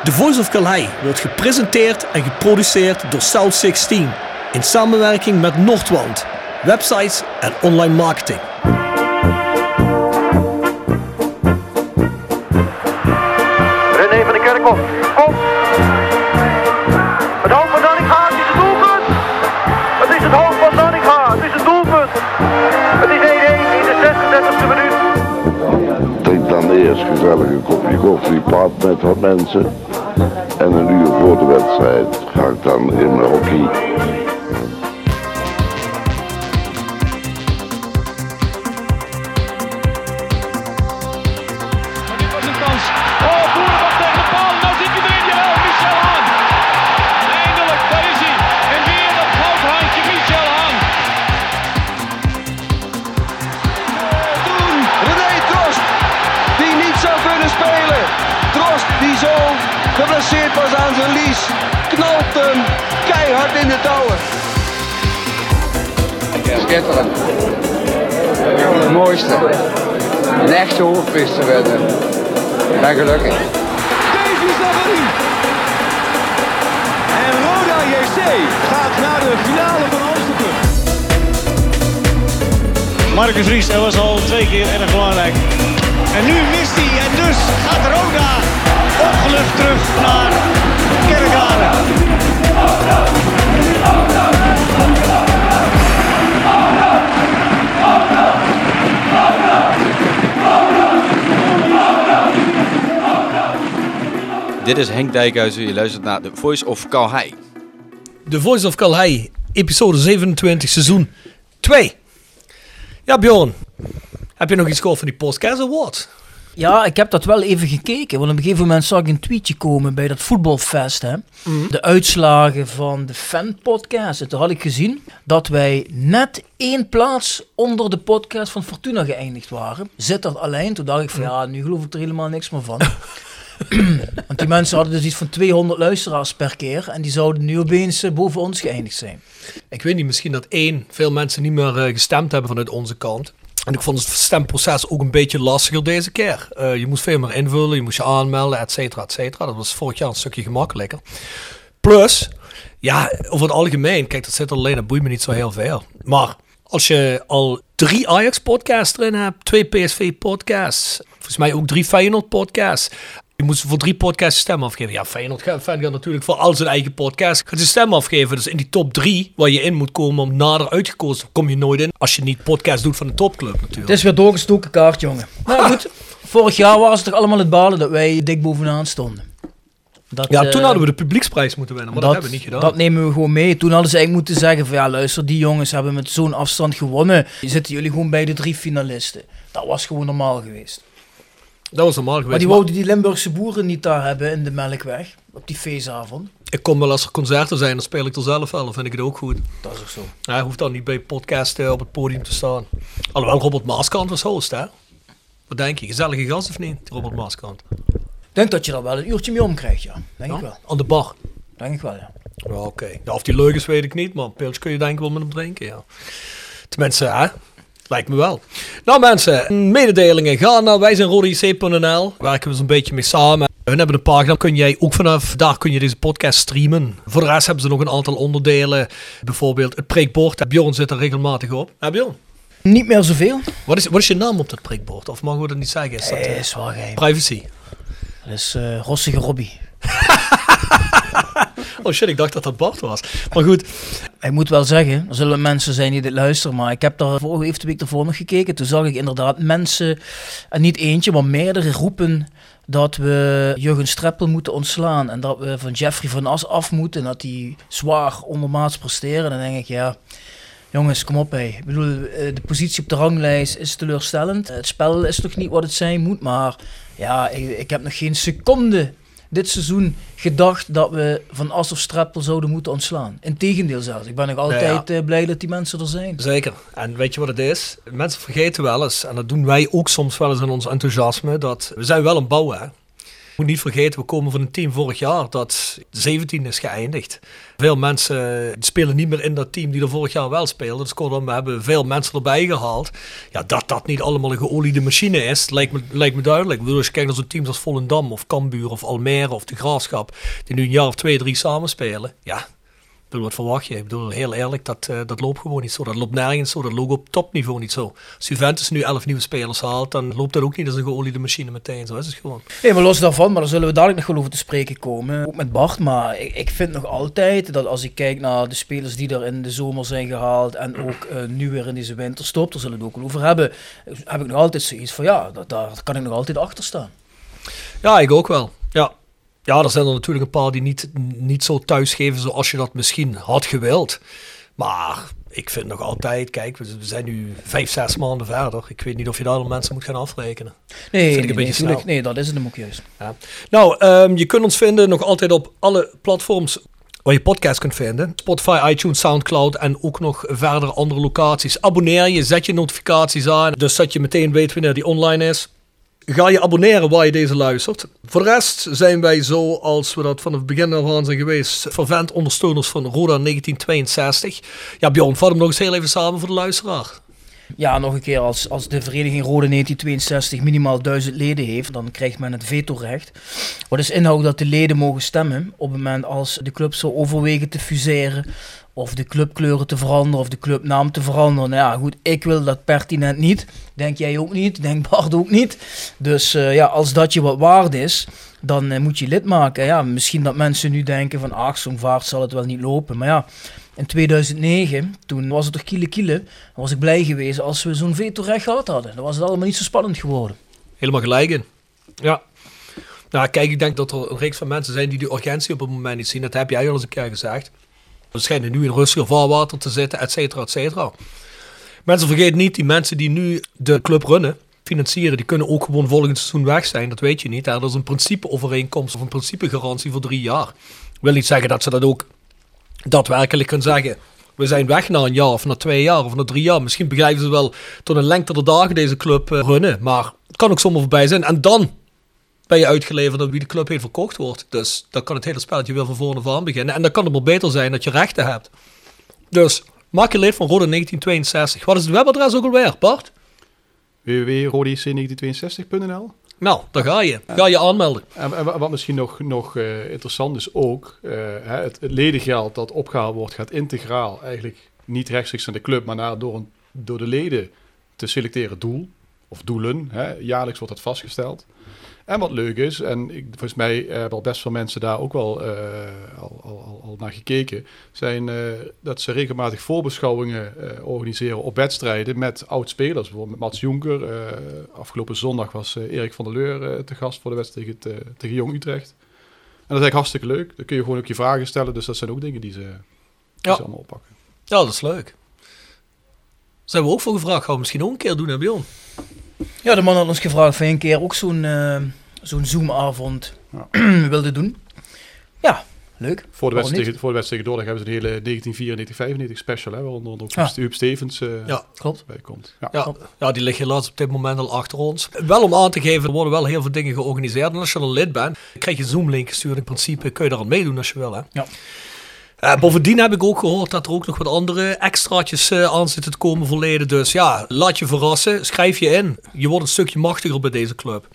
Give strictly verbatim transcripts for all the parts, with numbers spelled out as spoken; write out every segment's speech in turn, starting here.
The Voice of Calais wordt gepresenteerd en geproduceerd door South zestien in samenwerking met Noordwand, websites en online marketing. René van de Kerkhof, kom! Het hoofd van Nanninga, het is het doelpunt! Het is het hoofd van Nanninga, het is het doelpunt! Het is één-één in de zesendertigste minuut. Drink dan eerst gezellig een kopje koffie, praat met wat mensen. En een uur voor de wedstrijd ga ik dan in mijn hockey. Geblesseerd was aan zijn lies, knalt hem keihard in de touwen. Schitterend. Het mooiste. Een echte hoofdpiste werden. Ik ben gelukkig. Davy Savary. En Roda J C gaat naar de finale van Amsterdam. Marcus Ries, dat was al twee keer erg belangrijk. En nu mist hij en dus gaat Roda opgelucht terug naar Kerkrade. Dit is Henk Dijkhuizen, je luistert naar The Voice of Calais. The Voice of Calais, episode zevenentwintig, seizoen twee. Ja, Bjorn, heb je nog iets gehoord van die podcast Awards? Ja, ik heb dat wel even gekeken, want op een gegeven moment zag ik een tweetje komen bij dat voetbalfest, hè. Mm. De uitslagen van de fanpodcast. En toen had ik gezien dat wij net één plaats onder de podcast van Fortuna geëindigd waren. Zit er alleen, toen dacht ik van ja, nu geloof ik er helemaal niks meer van. Want die mensen hadden dus iets van tweehonderd luisteraars per keer en die zouden nu opeens uh, boven ons geëindigd zijn. Ik weet niet, misschien dat één, veel mensen niet meer uh, gestemd hebben vanuit onze kant. En ik vond het stemproces ook een beetje lastiger deze keer. Uh, je moest veel meer invullen, je moest je aanmelden, et cetera, et cetera. Dat was vorig jaar een stukje gemakkelijker. Plus, ja, over het algemeen, kijk, dat zit er alleen, dat boeit me niet zo heel veel. Maar als je al drie Ajax-podcasts erin hebt, twee P S V-podcasts, volgens mij ook drie Feyenoord-podcasts. Je moet voor drie podcasts stem afgeven. Ja, Feyenoord gaat natuurlijk voor al zijn eigen podcast gaat zijn stem afgeven. Dus in die top drie waar je in moet komen om nader uitgekozen, kom je nooit in als je niet podcast doet van een topclub natuurlijk. Het is weer doorgestoken kaart, jongen. Maar goed, vorig jaar waren ze toch allemaal het balen dat wij dik bovenaan stonden. Dat, ja, toen uh, hadden we de publieksprijs moeten winnen, maar dat, dat hebben we niet gedaan. Dat nemen we gewoon mee. Toen hadden ze eigenlijk moeten zeggen van ja, luister, die jongens hebben met zo'n afstand gewonnen. Zitten jullie gewoon bij de drie finalisten. Dat was gewoon normaal geweest. Dat was normaal geweest. Maar die wouden die Limburgse boeren niet daar hebben in de Melkweg, op die feestavond. Ik kom wel als er concerten zijn, dan speel ik er zelf wel, dan vind ik het ook goed. Dat is ook zo. Hij hoeft dan niet bij podcasten op het podium te staan. Alhoewel Robert Maaskant was host, hè? Wat denk je, gezellige gast of niet, die Robert Maaskant? Ik denk dat je daar wel een uurtje mee omkrijgt, ja. Denk ja? ik wel. Aan de bar? Denk ik wel, ja. Ja, oké. Okay. Ja, of die leuk is, weet ik niet, maar een pilsje kun je denk ik wel met hem drinken, ja. Tenminste, hè? Lijkt me wel. Nou mensen, mededelingen. Ga naar wij zijn rode i c punt n l. Werken we zo'n beetje mee samen. Hun hebben een pagina. Kun jij ook vanaf daar kun je deze podcast streamen. Voor de rest hebben ze nog een aantal onderdelen. Bijvoorbeeld het prikbord. Bjorn zit er regelmatig op. Ja, Bjorn? Niet meer zoveel. Wat is, wat is je naam op dat prikbord? Of mogen we dat niet zeggen? Is dat, nee, is wel geheim. Privacy. Dat is uh, Rossige Robbie. Oh shit, ik dacht dat dat Bart was. Maar goed. Ik moet wel zeggen, er zullen mensen zijn die dit luisteren, maar ik heb daar vorige even de week ervoor nog gekeken. Toen zag ik inderdaad mensen, en niet eentje, maar meerdere roepen dat we Jurgen Streppel moeten ontslaan. En dat we van Jeffrey van As af moeten en dat die zwaar ondermaats presteren. Dan denk ik, ja, jongens, kom op hé. Ik bedoel, de positie op de ranglijst is teleurstellend. Het spel is nog niet wat het zijn moet, maar ja, ik, ik heb nog geen seconde dit seizoen gedacht dat we Van As of Streppel zouden moeten ontslaan. Integendeel zelfs. Ik ben nog altijd ja, ja. blij dat die mensen er zijn. Zeker. En weet je wat het is? Mensen vergeten wel eens, en dat doen wij ook soms wel eens in ons enthousiasme, dat we zijn wel een bouwen. Hè? moet niet vergeten, we komen van een team vorig jaar dat zeventien is geëindigd. Veel mensen spelen niet meer in dat team die er vorig jaar wel speelden. Dus kortom, we hebben veel mensen erbij gehaald. Ja, dat dat niet allemaal een geoliede machine is, lijkt me, lijkt me duidelijk. Ik bedoel, als je kijkt naar zo'n teams als Volendam of Cambuur of Almere of de Graafschap, die nu een jaar of twee, drie samen spelen. Ja, ik bedoel, wat verwacht je? Ik bedoel, heel eerlijk, dat, uh, dat loopt gewoon niet zo. Dat loopt nergens zo, dat loopt op topniveau niet zo. Als Juventus nu elf nieuwe spelers haalt, dan loopt dat ook niet als een geoliede machine meteen. Zo is het gewoon. Nee, maar los daarvan, maar daar zullen we dadelijk nog wel over te spreken komen. Ook met Bart, maar ik, ik vind nog altijd dat als ik kijk naar de spelers die er in de zomer zijn gehaald en ook uh, nu weer in deze winterstop, daar zullen we het ook wel over hebben, heb ik nog altijd zoiets van ja, dat, daar kan ik nog altijd achter staan. Ja, ik ook wel. Ja. Ja, er zijn er natuurlijk een paar die niet, niet zo thuisgeven zoals je dat misschien had gewild. Maar ik vind nog altijd, kijk, we zijn nu vijf, zes maanden verder. Ik weet niet of je daar al mensen moet gaan afrekenen. Nee, vind ik nee, een beetje nee, snel. nee, dat is het hem ook juist. Ja. Nou, um, je kunt ons vinden nog altijd op alle platforms waar je podcast kunt vinden. Spotify, iTunes, Soundcloud en ook nog verder andere locaties. Abonneer je, zet je notificaties aan, dus dat je meteen weet wanneer die online is. Ga je abonneren waar je deze luistert. Voor de rest zijn wij zo, als we dat vanaf het begin af aan zijn geweest, fervent ondersteuners van Roda negentien tweeënzestig. Ja, Bjorn, vat hem nog eens heel even samen voor de luisteraar. Ja, nog een keer, als, als de vereniging Roda negentien tweeënzestig minimaal duizend leden heeft, dan krijgt men het vetorecht. Wat is inhoud dat de leden mogen stemmen op het moment als de club zou overwegen te fuseren, of de clubkleuren te veranderen, of de clubnaam te veranderen. Nou ja, goed, ik wil dat pertinent niet. Denk jij ook niet, denk Bart ook niet. Dus uh, ja, als dat je wat waard is, dan uh, moet je lid maken. Ja, misschien dat mensen nu denken van, ach, zo'n vaart zal het wel niet lopen. Maar ja, in tweeduizend negen, toen was het toch kiele kiele, dan was ik blij geweest als we zo'n vetorecht gehad hadden. Dan was het allemaal niet zo spannend geworden. Helemaal gelijk in. Ja. Nou, kijk, ik denk dat er een reeks van mensen zijn die die urgentie op het moment niet zien. Dat heb jij al eens een keer gezegd. We schijnen nu in rustiger vaarwater te zitten, et cetera, et cetera. Mensen vergeten niet, die mensen die nu de club runnen, financieren, die kunnen ook gewoon volgend seizoen weg zijn. Dat weet je niet. Hè? Dat is een principeovereenkomst of een principegarantie voor drie jaar. Ik wil niet zeggen dat ze dat ook daadwerkelijk kunnen zeggen. We zijn weg na een jaar of na twee jaar of na drie jaar. Misschien begrijpen ze wel tot een lengte der dagen deze club uh, runnen. Maar het kan ook zomaar voorbij zijn. En dan ben je uitgeleverd aan wie de club heeft verkocht wordt. Dus dan kan het hele spelletje weer van voren af aan beginnen. En dan kan het maar beter zijn dat je rechten hebt. Dus maak je lid van Roda negentien tweeënzestig. Wat is het webadres ook alweer, Bart? w w w punt roda c negentien tweeënzestig punt n l. Nou, daar ga je. Ga je aanmelden. En, en wat misschien nog, nog uh, interessant is ook, uh, hè, het, het ledengeld dat opgehaald wordt, gaat integraal eigenlijk niet rechtstreeks naar de club, maar naar, door, een, door de leden te selecteren doel, of doelen. Hè. Jaarlijks wordt dat vastgesteld. En wat leuk is, en ik, volgens mij uh, hebben al best veel mensen daar ook wel uh, al, al, al, al naar gekeken, zijn uh, dat ze regelmatig voorbeschouwingen uh, organiseren op wedstrijden met oud-spelers. Bijvoorbeeld met Mats Jonker. Uh, afgelopen zondag was uh, Erik van der Leur uh, te gast voor de wedstrijd tegen, uh, tegen Jong Utrecht. En dat is eigenlijk hartstikke leuk. Dan kun je gewoon ook je vragen stellen. Dus dat zijn ook dingen die ze, die ja. ze allemaal oppakken. Ja, dat is leuk. Daar zijn we ook voor gevraagd. Gaan we misschien ook een keer doen, hè, Bjorn? Ja, de man had ons gevraagd of hij een keer ook zo'n, uh, zo'n Zoom-avond ja. wilde doen. Ja, leuk. Voor de wedstrijd tegen, voor de wedstrijd tegen Dordrecht hebben ze een hele negentien vierennegentig vijfennegentig special, hè, waaronder ook ja. Huub Stevens uh, ja, klopt. bij komt. Ja. Ja, ja, die ligt helaas op dit moment al achter ons. Wel om aan te geven, er worden wel heel veel dingen georganiseerd. En als je dan lid bent, krijg je een Zoom-link gestuurd. In principe kun je daar aan meedoen als je wil, hè. Ja. Uh, bovendien heb ik ook gehoord dat er ook nog wat andere extraatjes uh, aan zitten te komen voor leden. Dus ja, laat je verrassen. Schrijf je in. Je wordt een stukje machtiger bij deze club.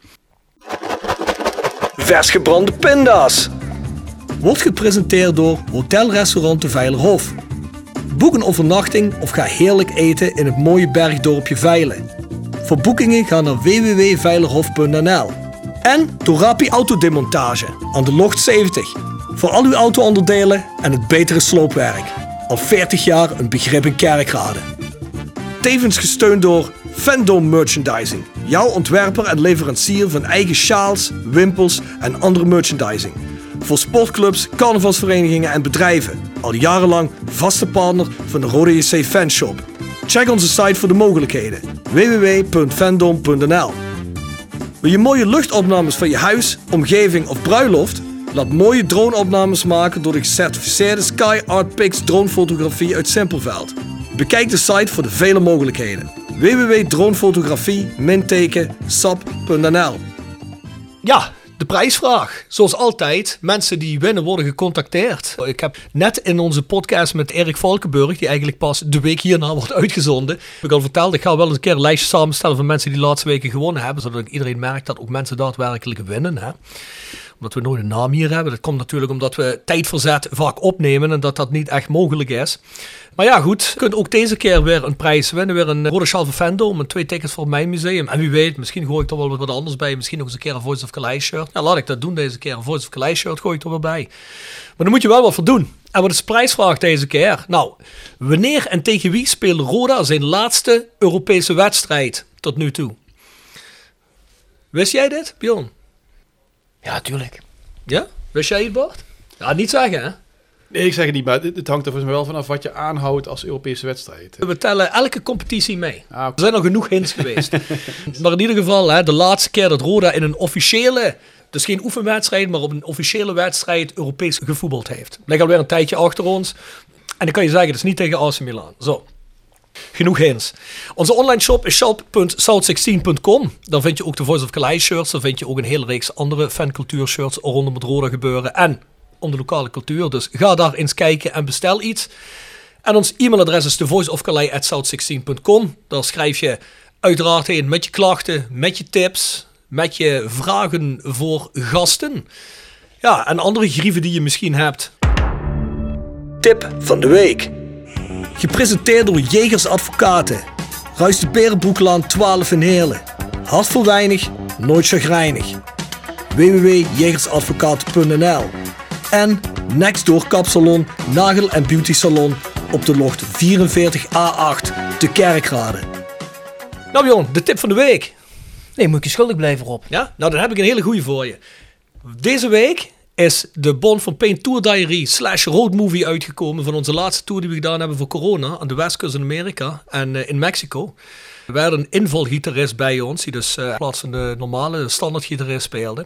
Vers gebrande pinda's. Wordt gepresenteerd door Hotel Restaurant de Veilerhof. Boek een overnachting of ga heerlijk eten in het mooie bergdorpje Veilen. Voor boekingen ga naar w w w punt veilerhof punt n l. En Torapi Autodemontage aan de Locht zeventig. Voor al uw auto-onderdelen en het betere sloopwerk. Al veertig jaar een begrip in Kerkrade. Tevens gesteund door Fandom Merchandising. Jouw ontwerper en leverancier van eigen sjaals, wimpels en andere merchandising. Voor sportclubs, carnavalsverenigingen en bedrijven. Al jarenlang vaste partner van de Roda J C Fanshop. Check onze site voor de mogelijkheden. w w w punt fandom punt n l. Wil je mooie luchtopnames van je huis, omgeving of bruiloft? Laat mooie droneopnames maken door de gecertificeerde Sky Art Pix dronefotografie uit Simpelveld. Bekijk de site voor de vele mogelijkheden. w w w punt dronefotografie binnenkort sap punt n l. Ja, De prijsvraag. Zoals altijd, mensen die winnen worden gecontacteerd. Ik heb net in onze podcast met Erik Valkenburg, die eigenlijk pas de week hierna wordt uitgezonden, heb ik al verteld, ik ga wel eens een keer een lijstje samenstellen van mensen die de laatste weken gewonnen hebben, zodat iedereen merkt dat ook mensen daadwerkelijk winnen. Hè? Omdat we nooit een naam hier hebben. Dat komt natuurlijk omdat we tijdverzet vaak opnemen en dat dat niet echt mogelijk is. Maar ja, goed. Je kunt ook deze keer weer een prijs winnen. Weer een Rode Sjaal van Venlo met twee tickets voor mijn museum. En wie weet, misschien gooi ik er wel wat anders bij. Misschien nog eens een keer een Voice of Calais shirt. Ja, laat ik dat doen deze keer. Een Voice of Calais shirt gooi ik er weer bij. Maar dan moet je wel wat voor doen. En wat is de prijsvraag deze keer? Nou, wanneer en tegen wie speelde Roda zijn laatste Europese wedstrijd tot nu toe? Wist jij dit, Bjorn? Ja, tuurlijk. Ja? Wist jij het, Bart? Ja, niet zeggen, hè? Nee, ik zeg het niet, maar het, het hangt er volgens mij wel vanaf wat je aanhoudt als Europese wedstrijd. We tellen elke competitie mee. Ah, okay. Er zijn al genoeg hints geweest. Maar in ieder geval, hè, de laatste keer dat Roda in een officiële, dus geen oefenwedstrijd, maar op een officiële wedstrijd Europees gevoetbald heeft. Ligt alweer een tijdje achter ons. En dan kan je zeggen, dat is niet tegen A C Milan. Zo. Genoeg hints. Onze online shop is shop punt south zestien punt com. Daar vind je ook de Voice of Calais shirts. Daar vind je ook een hele reeks andere fancultuur shirts rondom het Roda gebeuren. En om de lokale cultuur. Dus ga daar eens kijken en bestel iets. En ons e-mailadres is de voice of calais at south zestien punt com. Daar schrijf je uiteraard heen met je klachten, met je tips, met je vragen voor gasten. Ja, en andere grieven die je misschien hebt. Tip van de week. Gepresenteerd door Jegers Advocaten. Ruist de Berenbroeklaan twaalf in Heerlen. Hart voor weinig, nooit chagrijnig. w w w punt jegersadvocaten punt n l. En Nextdoor Kapsalon, Nagel en Beauty Salon op de locht vierenveertig A acht te Kerkrade. Nou Bjorn, de tip van de week. Nee, moet ik je schuldig blijven, Rob. Ja, nou dan heb ik een hele goeie voor je. Deze week is de Bond van Pain Tour Diary slash Road Movie uitgekomen van onze laatste tour die we gedaan hebben voor corona aan de Westkust in Amerika en uh, in Mexico. We hadden een invalgitarist bij ons die dus uh, in plaats van de normale standaardgitarist speelde.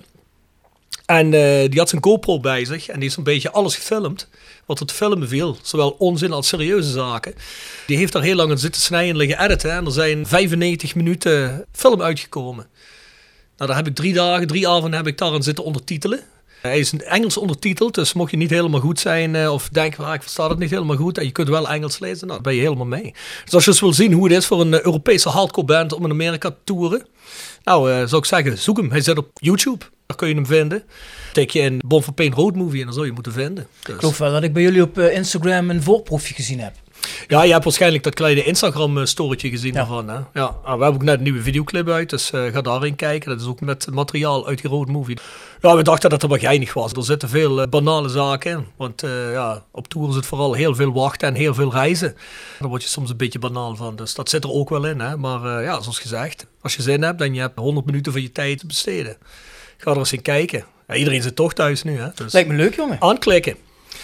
En uh, die had zijn GoPro bij zich en die is een beetje alles gefilmd wat er te filmen viel. Zowel onzin als serieuze zaken. Die heeft daar heel lang aan zitten snijden en liggen editen. En er zijn vijfennegentig minuten film uitgekomen. Nou, daar heb ik drie dagen, drie avonden heb ik daar aan zitten ondertitelen. Hij is in Engels ondertiteld, dus mocht je niet helemaal goed zijn uh, of denken, ah, ik versta het niet helemaal goed en je kunt wel Engels lezen, nou, dan ben je helemaal mee. Dus als je eens wil zien hoe het is voor een uh, Europese hardcore band om in Amerika te toeren, nou, uh, zou ik zeggen, zoek hem. Hij zit op YouTube, daar kun je hem vinden. Tik je in Born for Pain Road Movie en dan zul je hem moeten vinden. Dus. Ik geloof wel dat ik bij jullie op uh, Instagram een voorproefje gezien heb. Ja, je hebt waarschijnlijk dat kleine Instagram-storytje gezien ja. daarvan. Hè? Ja, nou, we hebben ook net een nieuwe videoclip uit, dus uh, ga daarin kijken. Dat is ook met materiaal uit die Road Movie. Ja, we dachten dat het wat geinig was. Er zitten veel uh, banale zaken in. Want uh, ja, op tour zit vooral heel veel wachten en heel veel reizen. Daar word je soms een beetje banaal van. Dus dat zit er ook wel in. Hè? Maar uh, ja, zoals gezegd, als je zin hebt en je hebt honderd minuten van je tijd te besteden, ga er eens in kijken. Ja, iedereen zit toch thuis nu. Hè? Dus lijkt me leuk, jongen. Aanklikken.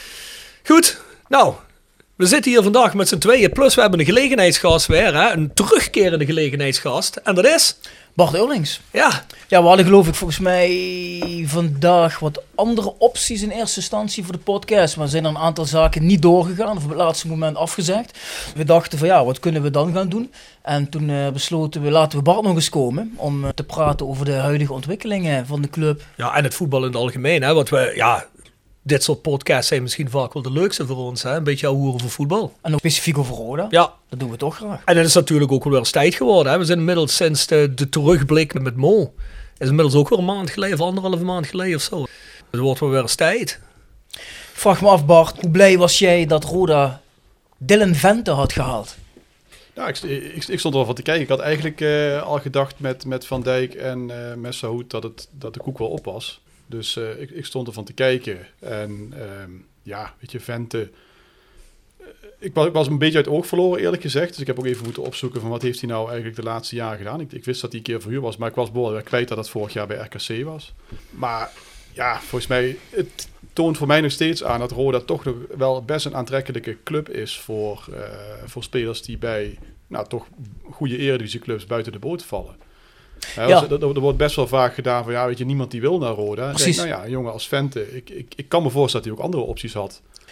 Goed, nou... We zitten hier vandaag met z'n tweeën, plus we hebben een gelegenheidsgast weer, hè? Een terugkerende gelegenheidsgast. En dat is... Bart Eurlings. Ja. Ja, we hadden geloof ik volgens mij vandaag wat andere opties in eerste instantie voor de podcast. Maar er zijn er een aantal zaken niet doorgegaan of op het laatste moment afgezegd. We dachten van ja, wat kunnen we dan gaan doen? En toen uh, besloten we, laten we Bart nog eens komen om uh, te praten over de huidige ontwikkelingen van de club. Ja, en het voetbal in het algemeen, hè? Want we, ja... Dit soort podcasts zijn misschien vaak wel de leukste voor ons. Hè? Een beetje ouwe over voetbal. En ook specifiek over Roda. Ja. Dat doen we toch graag. En dat is natuurlijk ook wel weer eens tijd geworden. Hè? We zijn inmiddels sinds de, de terugblik met Mo. Is inmiddels ook weer een maand geleden of anderhalve maand geleden of zo. Het wordt wel weer eens tijd. Vraag me af Bart, hoe blij was jij dat Roda Dylan Vente had gehaald? Nou, ik, ik, ik stond er wel van te kijken. Ik had eigenlijk uh, al gedacht met, met Van Dijk en uh, Messaoud dat, het, dat de koek wel op was. Dus uh, ik, ik stond ervan te kijken. En um, ja, weet je, Vente... Uh, ik, was, ik was een beetje uit het oog verloren, eerlijk gezegd. Dus ik heb ook even moeten opzoeken van wat heeft hij nou eigenlijk de laatste jaren gedaan. Ik, ik wist dat hij een keer verhuur was, maar ik was behoorlijk kwijt dat het vorig jaar bij R K C was. Maar ja, volgens mij... Het toont voor mij nog steeds aan dat Roda toch nog wel best een aantrekkelijke club is voor, uh, voor spelers die bij nou, toch goede eredivisieclubs buiten de boot vallen. Ja, ja. Er, er wordt best wel vaak gedaan van ja, weet je, niemand die wil naar Roda. Precies. Denk, nou ja, een jongen als Vente, ik, ik, ik kan me voorstellen dat hij ook andere opties had.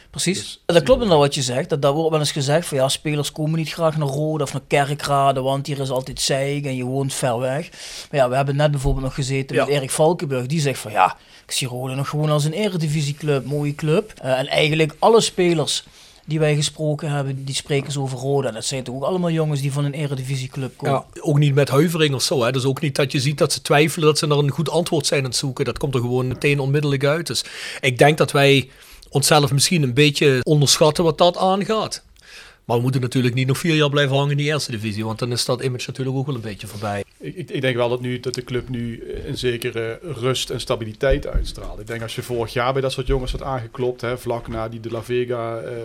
Precies, Dus, dat klopt inderdaad wat je zegt. Dat, dat wordt wel eens gezegd van ja, spelers komen niet graag naar Rode of naar Kerkrade, want hier is altijd zeik en je woont ver weg. Maar ja, we hebben net bijvoorbeeld nog gezeten ja. met Erik Valkenburg, die zegt van ja, ik zie Rode nog gewoon als een eredivisieclub, mooie club. Uh, en eigenlijk alle spelers die wij gesproken hebben, die spreken zo over Roda. En dat zijn toch ook allemaal jongens die van een eredivisieclub komen. Ja, ook niet met huivering of zo. Hè. Dus ook niet dat je ziet dat ze twijfelen dat ze naar een goed antwoord zijn aan het zoeken. Dat komt er gewoon meteen onmiddellijk uit. Dus ik denk dat wij onszelf misschien een beetje onderschatten wat dat aangaat. Maar we moeten natuurlijk niet nog vier jaar blijven hangen in die eerste divisie, want dan is dat image natuurlijk ook wel een beetje voorbij. Ik, ik denk wel dat, nu, dat de club nu een zekere rust en stabiliteit uitstraalt. Ik denk als je vorig jaar bij dat soort jongens had aangeklopt, hè, vlak na die De La Vega, uh,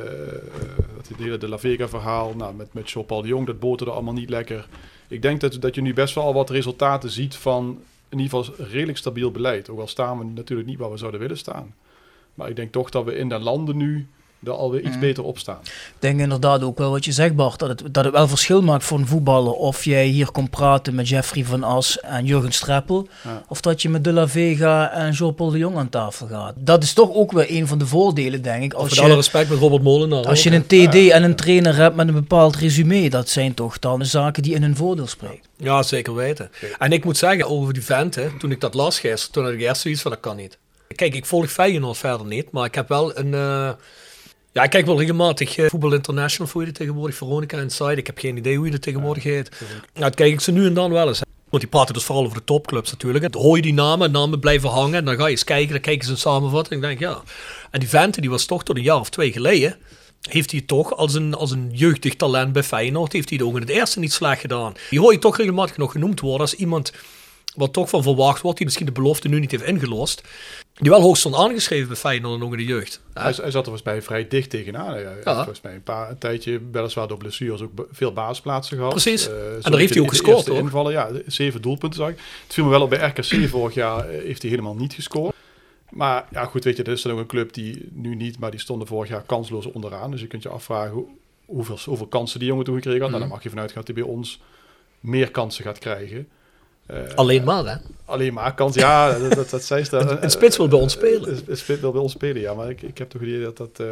dat hele De La Vega verhaal, nou, met, met Jean-Paul de Jong, dat boterde allemaal niet lekker. Ik denk dat, dat je nu best wel al wat resultaten ziet van in ieder geval redelijk stabiel beleid. Ook al staan we natuurlijk niet waar we zouden willen staan. Maar ik denk toch dat we in de landen nu er alweer iets mm. beter op staan. Ik denk inderdaad ook wel wat je zegt, Bart, dat het, dat het wel verschil maakt voor een voetballer of jij hier komt praten met Jeffrey van As en Jurgen Streppel, ja. of dat je met De La Vega en Jean-Paul de Jong aan tafel gaat. Dat is toch ook weer een van de voordelen, denk ik. Als met je, alle respect met Robert Molenaar. Als ook, je een T D ja. en een trainer hebt met een bepaald resume, dat zijn toch dan de zaken die in hun voordeel spreken. Ja, zeker weten. En ik moet zeggen, over die vent, hè, toen ik dat las gisteren, toen had ik eerst zoiets van, dat kan niet. Kijk, ik volg Feyenoord verder niet, maar ik heb wel een... Uh, ja, ik kijk wel regelmatig uh, Voetbal International, voor je het tegenwoordig, Veronica Inside. Ik heb geen idee hoe je het tegenwoordig heet. Ja, dat kijk ik ze nu en dan wel eens. Hè. Want die praten dus vooral over de topclubs natuurlijk. Dan hoor je die namen, namen blijven hangen. En dan ga je eens kijken, dan kijken ze een samenvatting. En ik denk, ja. En die vent, die was toch tot een jaar of twee geleden... heeft hij het toch als een, als een jeugdig talent bij Feyenoord... heeft hij het ook in het eerste niet slecht gedaan. Die hoor je toch regelmatig nog genoemd worden als iemand... wat toch van verwacht wordt, die misschien de belofte nu niet heeft ingelost. Die wel hoog stond aangeschreven bij Feyenoord en ook in de jeugd. Ja. Hij, hij zat er volgens mij vrij dicht tegenaan. Hij heeft ja. volgens mij een, paar, een tijdje, weliswaar door blessures, ook veel basisplaatsen gehad. Precies. Uh, en daar heeft hij ook gescoord, hoor. Invallen, ja, zeven doelpunten zag ik. Het viel me wel op bij R K C vorig jaar, heeft hij helemaal niet gescoord. Maar ja, goed, weet je, dat is dan ook een club die nu niet, maar die stonden vorig jaar kansloos onderaan. Dus je kunt je afvragen hoe, hoeveel, hoeveel kansen die jongen toen gekregen had. Mm. Nou, dan mag je vanuit gaan dat hij bij ons meer kansen gaat krijgen. Uh, alleen maar, hè? Alleen maar kans, ja, dat, dat, dat zei ze. Een, een spits wil bij ons spelen. Een, een spits wil bij ons spelen, ja. Maar ik, ik heb toch het idee dat dat, uh,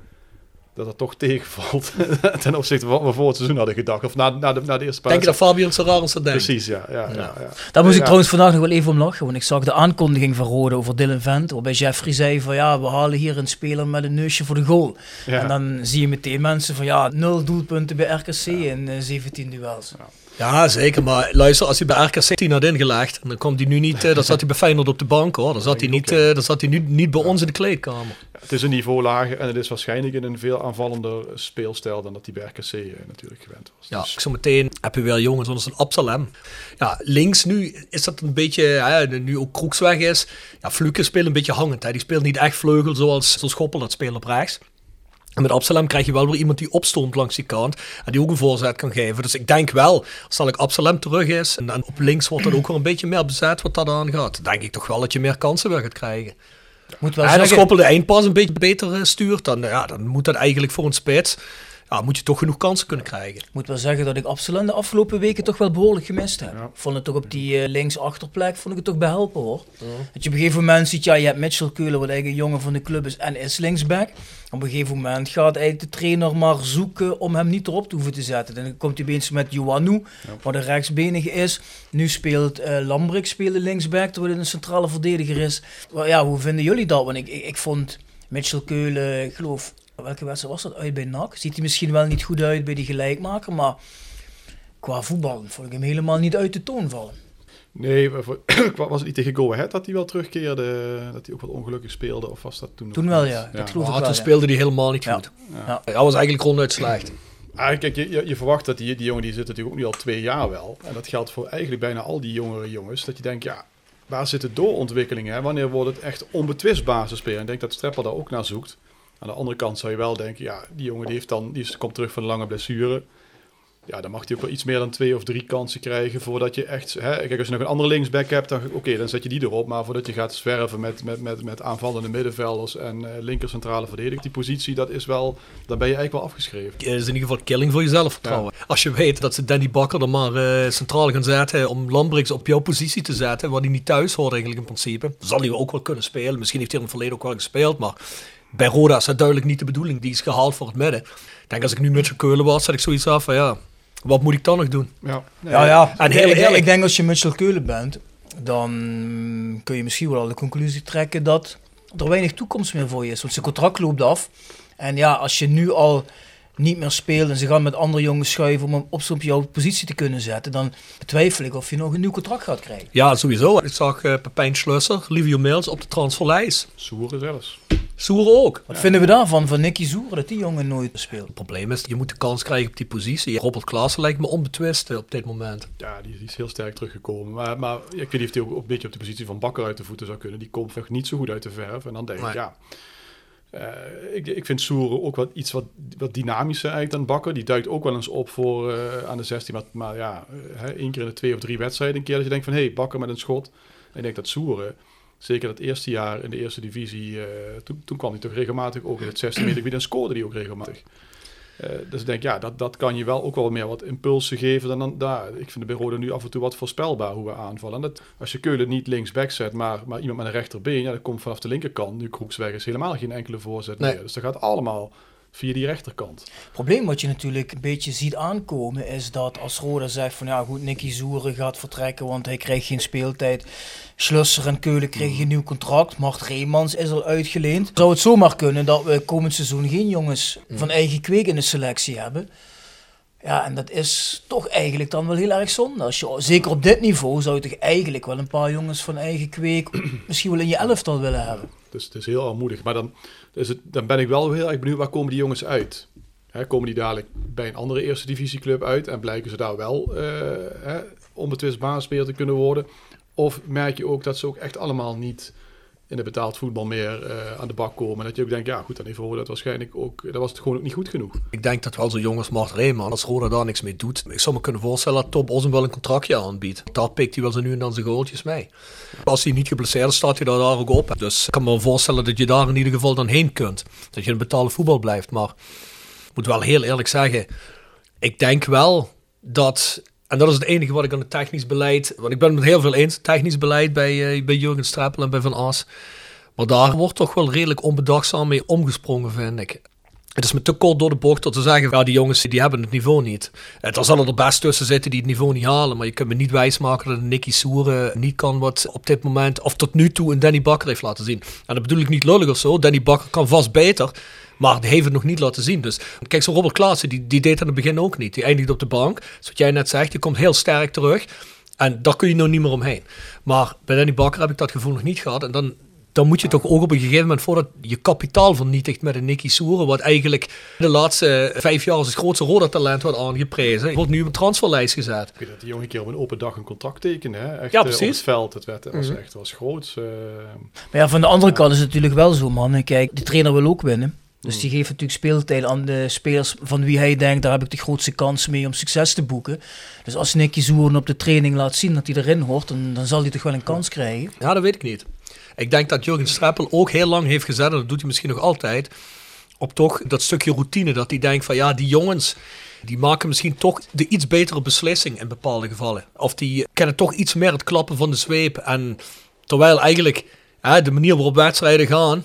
dat, dat toch tegenvalt ten opzichte van wat we voor het seizoen hadden gedacht. Of na, na, de, na de eerste paar. Denk je dat Fabian zo raar als dat denkt? Precies, ja. ja, ja. ja, ja. Daar moest ja. ik trouwens vandaag nog wel even om lachen. Want ik zag de aankondiging van Rode over Dylan Vent. Waarbij Jeffrey zei van ja, we halen hier een speler met een neusje voor de goal. Ja. En dan zie je meteen mensen van ja, nul doelpunten bij R K C ja. in uh, zeventien duels. Ja. Ja, zeker. Maar luister, als hij bij R K C tien had ingelegd, dan komt hij nu niet. Uh, dan zat hij bij Feyenoord op de bank, hoor. Dan zat hij niet, uh, dan zat hij nu niet bij ons in de kleedkamer. Ja, het is een niveau lager en het is waarschijnlijk in een veel aanvallender speelstijl dan dat hij bij R K C uh, natuurlijk gewend was. Ja, dus. zo meteen heb je weer jongens zoals een Absalem. Ja, links nu is dat een beetje, hè, nu ook Kroeks weg is. Ja, Fluke speelt een beetje hangend. Hè. Die speelt niet echt vleugel zoals, zoals Schoppel dat speelt op rechts. En met Absalem krijg je wel weer iemand die opstoomt langs die kant. En die ook een voorzet kan geven. Dus ik denk wel, als ik Absalem terug is. En, en op links wordt dan ook wel een beetje meer bezet wat dat aangaat. Dan denk ik toch wel dat je meer kansen weer gaat krijgen. Moet wel en als Schoppel de eindpas een beetje beter stuurt. Dan, ja, dan moet dat eigenlijk voor een spits. Ja, moet je toch genoeg kansen kunnen krijgen. Ik moet wel zeggen dat ik Absalem de afgelopen weken toch wel behoorlijk gemist heb. Ja. Ik vond het toch op die uh, linksachterplek vond ik het toch behelpen, hoor. Ja. Dat je op een gegeven moment ziet, ja, je hebt Mitchell Keulen, wat eigenlijk een jongen van de club is en is linksback. Op een gegeven moment gaat eigenlijk de trainer maar zoeken om hem niet erop te hoeven te zetten. Dan komt hij opeens met Ioanu, ja. wat een rechtsbenige is. Nu speelt uh, Lambrik speelde linksback, terwijl hij een centrale verdediger is. Maar ja, hoe vinden jullie dat? Want ik, ik, ik vond Mitchell Keulen, ik geloof... Welke wedstrijd was dat uit bij N A C? Ziet hij misschien wel niet goed uit bij die gelijkmaker, maar qua voetbal vond ik hem helemaal niet uit de toon vallen. Nee, was het niet tegen Go Ahead dat hij wel terugkeerde, dat hij ook wat ongelukkig speelde, of was dat toen? Toen wel, ja. Dat geloof ik wel, toen speelde hij helemaal niet ja. goed. Ja. Ja. Hij was eigenlijk ronduit slecht. Ah, kijk, je, je, je verwacht dat die, die jongen die zit natuurlijk ook nu al twee jaar wel. En dat geldt voor eigenlijk bijna al die jongere jongens. Dat je denkt, ja, waar zitten doorontwikkelingen? Hè? Wanneer wordt het echt onbetwist basisspeler? En ik denk dat Streppel daar ook naar zoekt. Aan de andere kant zou je wel denken, ja, die jongen die heeft dan, die komt terug van een lange blessure. Ja, dan mag hij ook wel iets meer dan twee of drie kansen krijgen voordat je echt... Hè, kijk, als je nog een andere linksback hebt, dan, oké, okay, dan zet je die erop. Maar voordat je gaat zwerven met, met, met, met aanvallende middenvelders en uh, linker centrale verdediger, die positie, dat is wel... Dan ben je eigenlijk wel afgeschreven. Het is in ieder geval killing voor jezelf vertrouwen. Ja. Als je weet dat ze Danny Bakker er maar uh, centraal gaan zetten om Lambrix op jouw positie te zetten, waar hij niet thuis hoort eigenlijk in principe, zal hij ook wel kunnen spelen. Misschien heeft hij in het verleden ook wel gespeeld, maar... Bij Roda is dat duidelijk niet de bedoeling. Die is gehaald voor het midden. Ik denk als ik nu Mitchell Keulen was, zet ik zoiets af van ja, wat moet ik dan nog doen? Ja, nee, ja, ja. En heel eerlijk, eerlijk, ik denk als je Mitchell Keulen bent, dan kun je misschien wel al de conclusie trekken dat er weinig toekomst meer voor je is. Want zijn contract loopt af. En ja, als je nu al niet meer speelt en ze gaan met andere jongens schuiven om hem op zo'n jouw positie te kunnen zetten, dan betwijfel ik of je nog een nieuw contract gaat krijgen. Ja, sowieso. Ik zag uh, Pepijn Schlusser, Livio Mills op de transferlijst. Soeren zelfs. Soeren ook. Wat ja. vinden we daarvan, van Nicky Soeren, dat die jongen nooit speelt? Het probleem is, je moet de kans krijgen op die positie. Robert Klaassen lijkt me onbetwist op dit moment. Ja, die, die is heel sterk teruggekomen. Maar, maar ik weet niet of hij ook een beetje op de positie van Bakker uit de voeten zou kunnen. Die komt nog niet zo goed uit de verf. En dan denk ik, nee. ja... Uh, ik, ik vind Soeren ook wat, iets wat, wat dynamischer eigenlijk dan Bakker. Die duikt ook wel eens op voor uh, aan de zestien. Maar, maar ja, uh, één keer in de twee of drie wedstrijden een keer dat je denkt van... hé, hey, Bakker met een schot. En ik denk dat Soeren, zeker dat eerste jaar in de eerste divisie... Uh, toen, toen kwam hij toch regelmatig ook in het zestien meter gebied en scoorde hij ook regelmatig. Uh, dus ik denk, ja, dat, dat kan je wel ook wel meer wat impulsen geven dan, dan daar. Ik vind de bij Roda nu af en toe wat voorspelbaar hoe we aanvallen. En dat, als je Keulen niet linksback zet, maar, maar iemand met een rechterbeen, ja, dat komt vanaf de linkerkant. Nu Kroeksweg is helemaal geen enkele voorzet nee. meer. Dus dat gaat allemaal via die rechterkant. Het probleem wat je natuurlijk een beetje ziet aankomen is dat als Roda zegt van ja goed, Nicky Soeren gaat vertrekken want hij krijgt geen speeltijd. Schlusser en Keulen kregen een nieuw contract. Mart Reemans is al uitgeleend. Zou het zomaar kunnen dat we komend seizoen geen jongens van eigen kweek in de selectie hebben? Ja, en dat is toch eigenlijk dan wel heel erg zonde. Als je, zeker op dit niveau zou je toch eigenlijk wel een paar jongens van eigen kweek misschien wel in je elftal willen hebben. Dus het is heel armoedig. Maar dan, is het, dan ben ik wel heel erg benieuwd, waar komen die jongens uit? Hè, komen die dadelijk bij een andere eerste divisieclub uit en blijken ze daar wel uh, hè, onbetwist basisspeler te kunnen worden? Of merk je ook dat ze ook echt allemaal niet in de betaald voetbal meer uh, aan de bak komen? En dat je ook denkt, ja goed, dan heeft Roda dat waarschijnlijk ook, dat was het gewoon ook niet goed genoeg. Ik denk dat wel zo'n jongens Mart Reeman, als Roda daar niks mee doet, ik zou me kunnen voorstellen dat Top Osm wel een contractje aanbiedt. Daar pikt hij wel zo nu en dan zijn goaltjes mee. Als hij niet geblesseerd is, staat hij daar, daar ook op. Dus ik kan me wel voorstellen dat je daar in ieder geval dan heen kunt. Dat je in betaalde voetbal blijft. Maar ik moet wel heel eerlijk zeggen, ik denk wel dat... En dat is het enige wat ik aan het technisch beleid... Want ik ben het met heel veel eens, technisch beleid bij, uh, bij Jurgen Streppel en bij Van As. Maar daar wordt toch wel redelijk onbedachtzaam mee omgesprongen, vind ik. Het is me te kort door de bocht om te zeggen... Ja, die jongens die hebben het niveau niet. Er zullen er best tussen zitten die het niveau niet halen. Maar je kunt me niet wijsmaken dat Nicky Soeren niet kan wat op dit moment... Of tot nu toe een Danny Bakker heeft laten zien. En dat bedoel ik niet lullig of zo. Danny Bakker kan vast beter... Maar die heeft het nog niet laten zien. Dus kijk, zo'n Robert Klaassen, die, die deed aan het begin ook niet. Die eindigde op de bank. Zoals wat jij net zegt, die komt heel sterk terug. En daar kun je nou niet meer omheen. Maar bij Danny Bakker heb ik dat gevoel nog niet gehad. En dan, dan moet je toch ook op een gegeven moment, voordat je kapitaal vernietigt met een Nicky Soeren, wat eigenlijk de laatste vijf jaar als het grootste Roda-talent wordt aangeprezen, wordt nu op een transferlijst gezet. Ik weet dat die jongen een keer op een open dag een contract tekende. Hè? Echt, ja, uh, op het veld. Het werd, was mm-hmm. echt was groot. Uh... Maar ja, van de andere kant is het natuurlijk wel zo, man. Kijk, de trainer wil ook winnen. Dus die geeft natuurlijk speeltijd aan de spelers van wie hij denkt, daar heb ik de grootste kans mee om succes te boeken. Dus als Nicky Soeren op de training laat zien dat hij erin hoort, dan, dan zal hij toch wel een kans krijgen. Ja, dat weet ik niet. Ik denk dat Jurgen Streppel ook heel lang heeft gezet, en dat doet hij misschien nog altijd, op toch dat stukje routine. Dat hij denkt van ja, die jongens, die maken misschien toch de iets betere beslissing in bepaalde gevallen. Of die kennen toch iets meer het klappen van de zweep. En terwijl eigenlijk hè, de manier waarop wedstrijden gaan,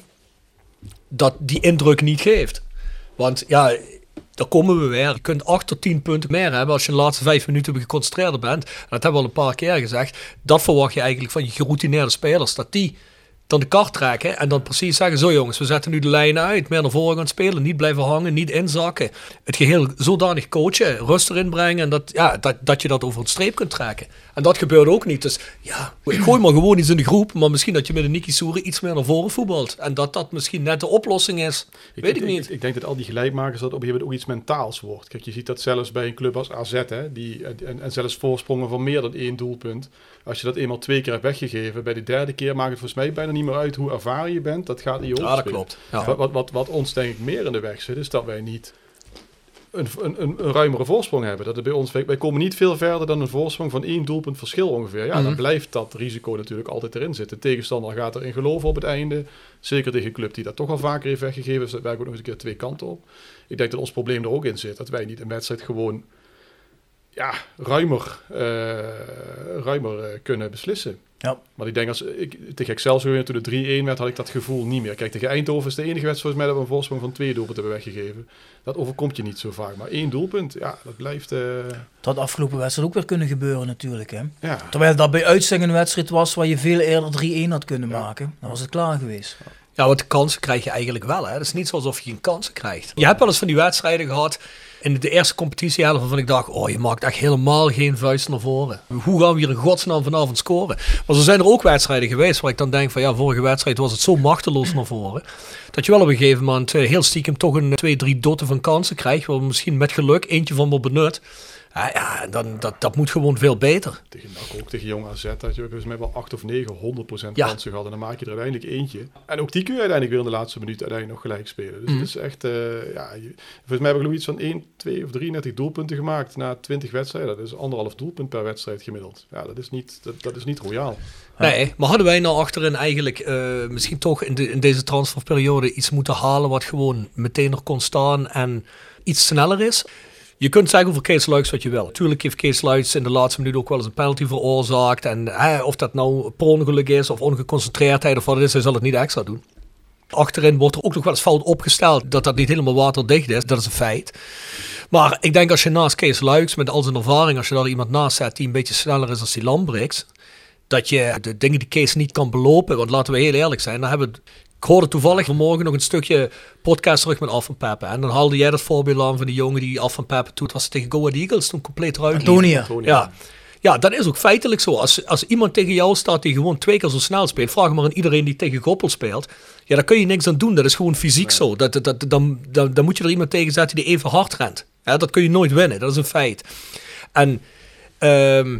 dat die indruk niet geeft. Want ja, daar komen we weer. Je kunt acht tot tien punten meer hebben als je de laatste vijf minuten geconcentreerder bent. En dat hebben we al een paar keer gezegd. Dat verwacht je eigenlijk van je geroutineerde spelers. Dat die dan de kar trekken en dan precies zeggen, zo jongens, we zetten nu de lijnen uit, meer naar voren gaan spelen, niet blijven hangen, niet inzakken. Het geheel zodanig coachen, rust erin brengen en dat, ja, dat, dat je dat over een streep kunt trekken. En dat gebeurt ook niet. Dus ja, ik gooi maar gewoon iets in de groep, maar misschien dat je met een Nicky Soeren iets meer naar voren voetbalt. En dat dat misschien net de oplossing is. Ik, Weet ik, ik niet. Ik, ik denk dat al die gelijkmakers dat op een gegeven moment ook iets mentaals wordt. Kijk, je ziet dat zelfs bij een club als A Z, hè, die, en, en zelfs voorsprongen van meer dan één doelpunt. Als je dat eenmaal twee keer hebt weggegeven, bij de derde keer maakt het volgens mij bijna niet meer uit hoe ervaren je bent. Dat gaat niet over. Ja, dat klopt. Ja. Wat, wat, wat, wat ons denk ik meer in de weg zit, is dat wij niet een, een, een, een ruimere voorsprong hebben. Dat er bij ons, wij komen niet veel verder dan een voorsprong van één doelpunt verschil ongeveer. Ja, mm-hmm. Dan blijft dat risico natuurlijk altijd erin zitten. De tegenstander gaat erin geloven op het einde. Zeker tegen een club die dat toch al vaker heeft weggegeven. Dus dat werkt ook nog eens een keer twee kanten op. Ik denk dat ons probleem er ook in zit. Dat wij niet een wedstrijd gewoon ja, ruimer, uh, ruimer uh, kunnen beslissen. Ja. Maar ik denk, als ik tegen Excelsior toen het drie-een werd, had ik dat gevoel niet meer. Kijk, tegen Eindhoven is de enige wedstrijd volgens mij dat we een voorsprong van twee doelpunten hebben weggegeven. Dat overkomt je niet zo vaak. Maar één doelpunt, ja, dat blijft... Uh... Dat had afgelopen wedstrijd ook weer kunnen gebeuren natuurlijk. Hè? Ja. Terwijl dat bij uitstek een wedstrijd was waar je veel eerder drie-een had kunnen ja. maken. Dan was het klaar geweest. Ja, want de kansen krijg je eigenlijk wel. Hè? Het is niet alsof je geen kansen krijgt. Je hebt wel eens van die wedstrijden gehad in de eerste competitiehelft waarvan ik dacht, oh, je maakt echt helemaal geen vuist naar voren. Hoe gaan we hier in godsnaam vanavond scoren? Maar zo zijn er ook wedstrijden geweest waar ik dan denk van, ja, vorige wedstrijd was het zo machteloos naar voren, dat je wel op een gegeven moment heel stiekem toch een twee, drie dotten van kansen krijgt, waar we misschien met geluk eentje van wel benut. Ja, ja dan, dat, dat moet gewoon veel beter. Tegen N A C ook, tegen Jong A Z, dat je volgens mij wel acht of negen, honderd procent ja. kansen gehad. En dan maak je er uiteindelijk eentje. En ook die kun je uiteindelijk weer in de laatste minuut uiteindelijk nog gelijk spelen. Dus mm. het is echt, uh, ja, je, volgens mij hebben we iets van één, twee of drieëndertig doelpunten gemaakt na twintig wedstrijden. Dat is anderhalf doelpunt per wedstrijd gemiddeld. Ja, dat is niet, dat, dat is niet royaal. Nee, maar hadden wij nou achterin eigenlijk uh, misschien toch in, de, in deze transferperiode iets moeten halen wat gewoon meteen er kon staan en iets sneller is? Je kunt zeggen over Kees Luijks wat je wil. Natuurlijk heeft Kees Luijks in de laatste minuut ook wel eens een penalty veroorzaakt. En hè, of dat nou per ongeluk is of ongeconcentreerdheid of wat het is, hij zal het niet extra doen. Achterin wordt er ook nog wel eens fout opgesteld dat dat niet helemaal waterdicht is. Dat is een feit. Maar ik denk als je naast Kees Luijks met al zijn ervaring, als je daar iemand naast zet die een beetje sneller is dan die Lambrechts, dat je de dingen die Kees niet kan belopen, want laten we heel eerlijk zijn, dan hebben we... Ik hoorde toevallig vanmorgen nog een stukje podcast terug met Af van Peppe. En dan haalde jij dat voorbeeld aan van die jongen die Af van Peppe toen, het was tegen Go Ahead Eagles, toen compleet eruit liep. Antonia. Ja. ja, dat is ook feitelijk zo. Als, als iemand tegen jou staat die gewoon twee keer zo snel speelt, vraag maar aan iedereen die tegen Goppel speelt. Ja, daar kun je niks aan doen. Dat is gewoon fysiek nee. zo. Dat, dat, dat, dan, dan, dan moet je er iemand tegen zetten die even hard rent. Ja, dat kun je nooit winnen. Dat is een feit. En... Um,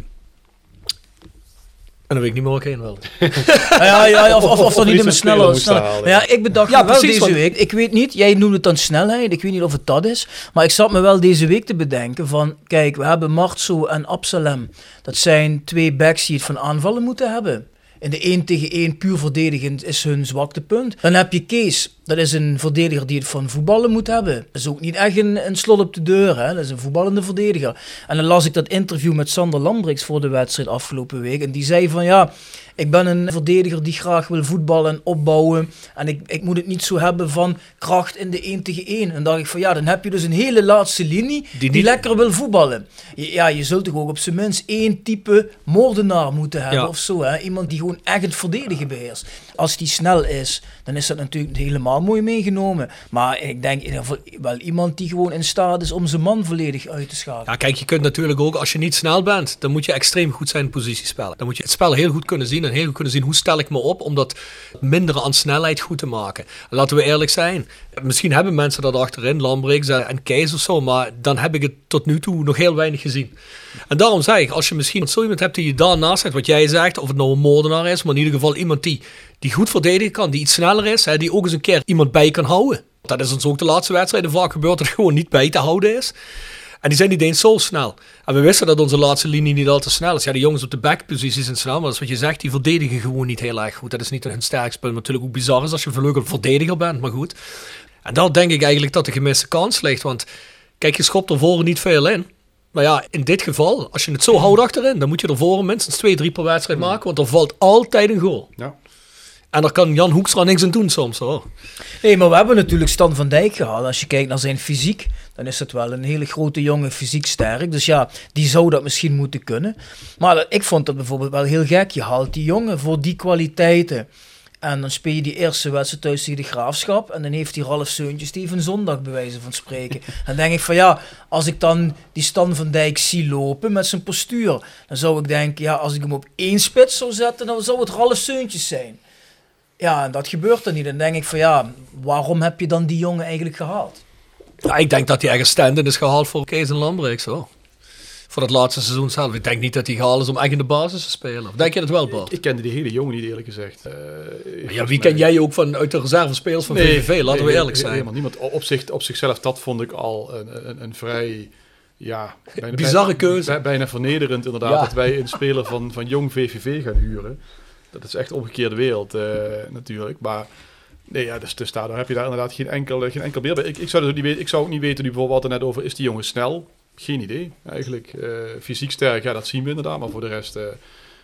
En dan weet ik niet meer waar ik heen wilde. ja, ja, of, of, of, of, of niet meer sneller. sneller. Halen, ja, ik bedacht ja, me wel precies, deze want... week. Ik weet niet, jij noemt het dan snelheid. Ik weet niet of het dat is. Maar ik zat me wel deze week te bedenken van... Kijk, we hebben Martso en Absalem. Dat zijn twee backs die het van aanvallen moeten hebben. In de één tegen één puur verdedigend is hun zwaktepunt. Dan heb je Kees. Dat is een verdediger die het van voetballen moet hebben. Dat is ook niet echt een, een slot op de deur. Hè? Dat is een voetballende verdediger. En dan las ik dat interview met Sander Lambrechts voor de wedstrijd afgelopen week. En die zei van ja, ik ben een verdediger die graag wil voetballen en opbouwen. En ik, ik moet het niet zo hebben van kracht in de één tegen één. En dan dacht ik van ja, dan heb je dus een hele laatste linie die, die niet... lekker wil voetballen. Ja, je zult toch ook op zijn minst één type moordenaar moeten hebben ja. of zo. Hè? Iemand die gewoon echt het verdedigen beheerst. Als die snel is, dan is dat natuurlijk helemaal mooi meegenomen. Maar ik denk in ieder geval wel iemand die gewoon in staat is om zijn man volledig uit te schakelen. Ja, kijk, je kunt natuurlijk ook, als je niet snel bent, dan moet je extreem goed zijn in positiespellen. Dan moet je het spel heel goed kunnen zien en heel goed kunnen zien hoe stel ik me op om dat minder aan snelheid goed te maken. Laten we eerlijk zijn. Misschien hebben mensen dat achterin, Lambrechts en Kees of zo, maar dan heb ik het tot nu toe nog heel weinig gezien. En daarom zeg ik, als je misschien zo iemand hebt die je daarnaast zet, wat jij zegt, of het nou een moordenaar is, maar in ieder geval iemand die, die goed verdedigen kan, die iets sneller is, hè, die ook eens een keer iemand bij kan houden. Dat is ons ook de laatste wedstrijden vaak gebeurd, dat het gewoon niet bij te houden is. En die zijn niet eens zo snel. En we wisten dat onze laatste linie niet al te snel is. Ja, die jongens op de backpositie zijn snel, maar dat is wat je zegt, die verdedigen gewoon niet heel erg goed. Dat is niet hun sterkste punt. Natuurlijk ook bizar is als je vleugel verdediger bent, maar goed. En daar denk ik eigenlijk dat de gemiste kans ligt, want kijk, je schopt er voor niet veel in. Maar ja, in dit geval, als je het zo houdt achterin, dan moet je er voor minstens twee, drie per wedstrijd maken, want er valt altijd een goal. Ja. En daar kan Jan Hoekstra niks aan doen soms hoor. Nee, maar we hebben natuurlijk Stan van Dijk gehaald. Als je kijkt naar zijn fysiek, dan is het wel een hele grote jongen, fysiek sterk. Dus ja, die zou dat misschien moeten kunnen. Maar ik vond dat bijvoorbeeld wel heel gek. Je haalt die jongen voor die kwaliteiten. En dan speel je die eerste wedstrijd thuis tegen de Graafschap. En dan heeft die Ralf Seuntjes die even zondag bij wijze van spreken. Dan denk ik van ja, als ik dan die Stan van Dijk zie lopen met zijn postuur. Dan zou ik denken, ja, als ik hem op één spits zou zetten, dan zou het Ralf Seuntjes zijn. Ja, en dat gebeurt dan niet. Dan denk ik van ja, waarom heb je dan die jongen eigenlijk gehaald? Ja, ik denk dat hij ergens stand-in is gehaald voor Kees en Lambrechts hoor. Voor het laatste seizoen zelf. Ik denk niet dat hij gehaald is om echt in de basis te spelen. Of denk je dat wel, Bart? Ik, ik kende die hele jongen niet eerlijk gezegd. Uh, ja, wie ken mij... jij ook van, uit de reservespelers van nee, V V V? Laten nee, we eerlijk zijn. Helemaal niemand. Op, zich, op zichzelf, dat vond ik al een, een, een vrij... Ja, bijna, bizarre keuze. Bijna, bijna vernederend inderdaad. Ja. Dat wij een speler van, van jong V V V gaan huren. Dat is echt omgekeerde wereld uh, natuurlijk. Maar nee, ja, dus, dus daar, daar heb je daar inderdaad geen enkel, geen enkel beeld bij. Ik, ik, zou dus niet weten, ik zou ook niet weten, nu bijvoorbeeld er net over, is die jongen snel? Geen idee eigenlijk. Uh, fysiek sterk, ja, dat zien we inderdaad. Maar voor de rest uh,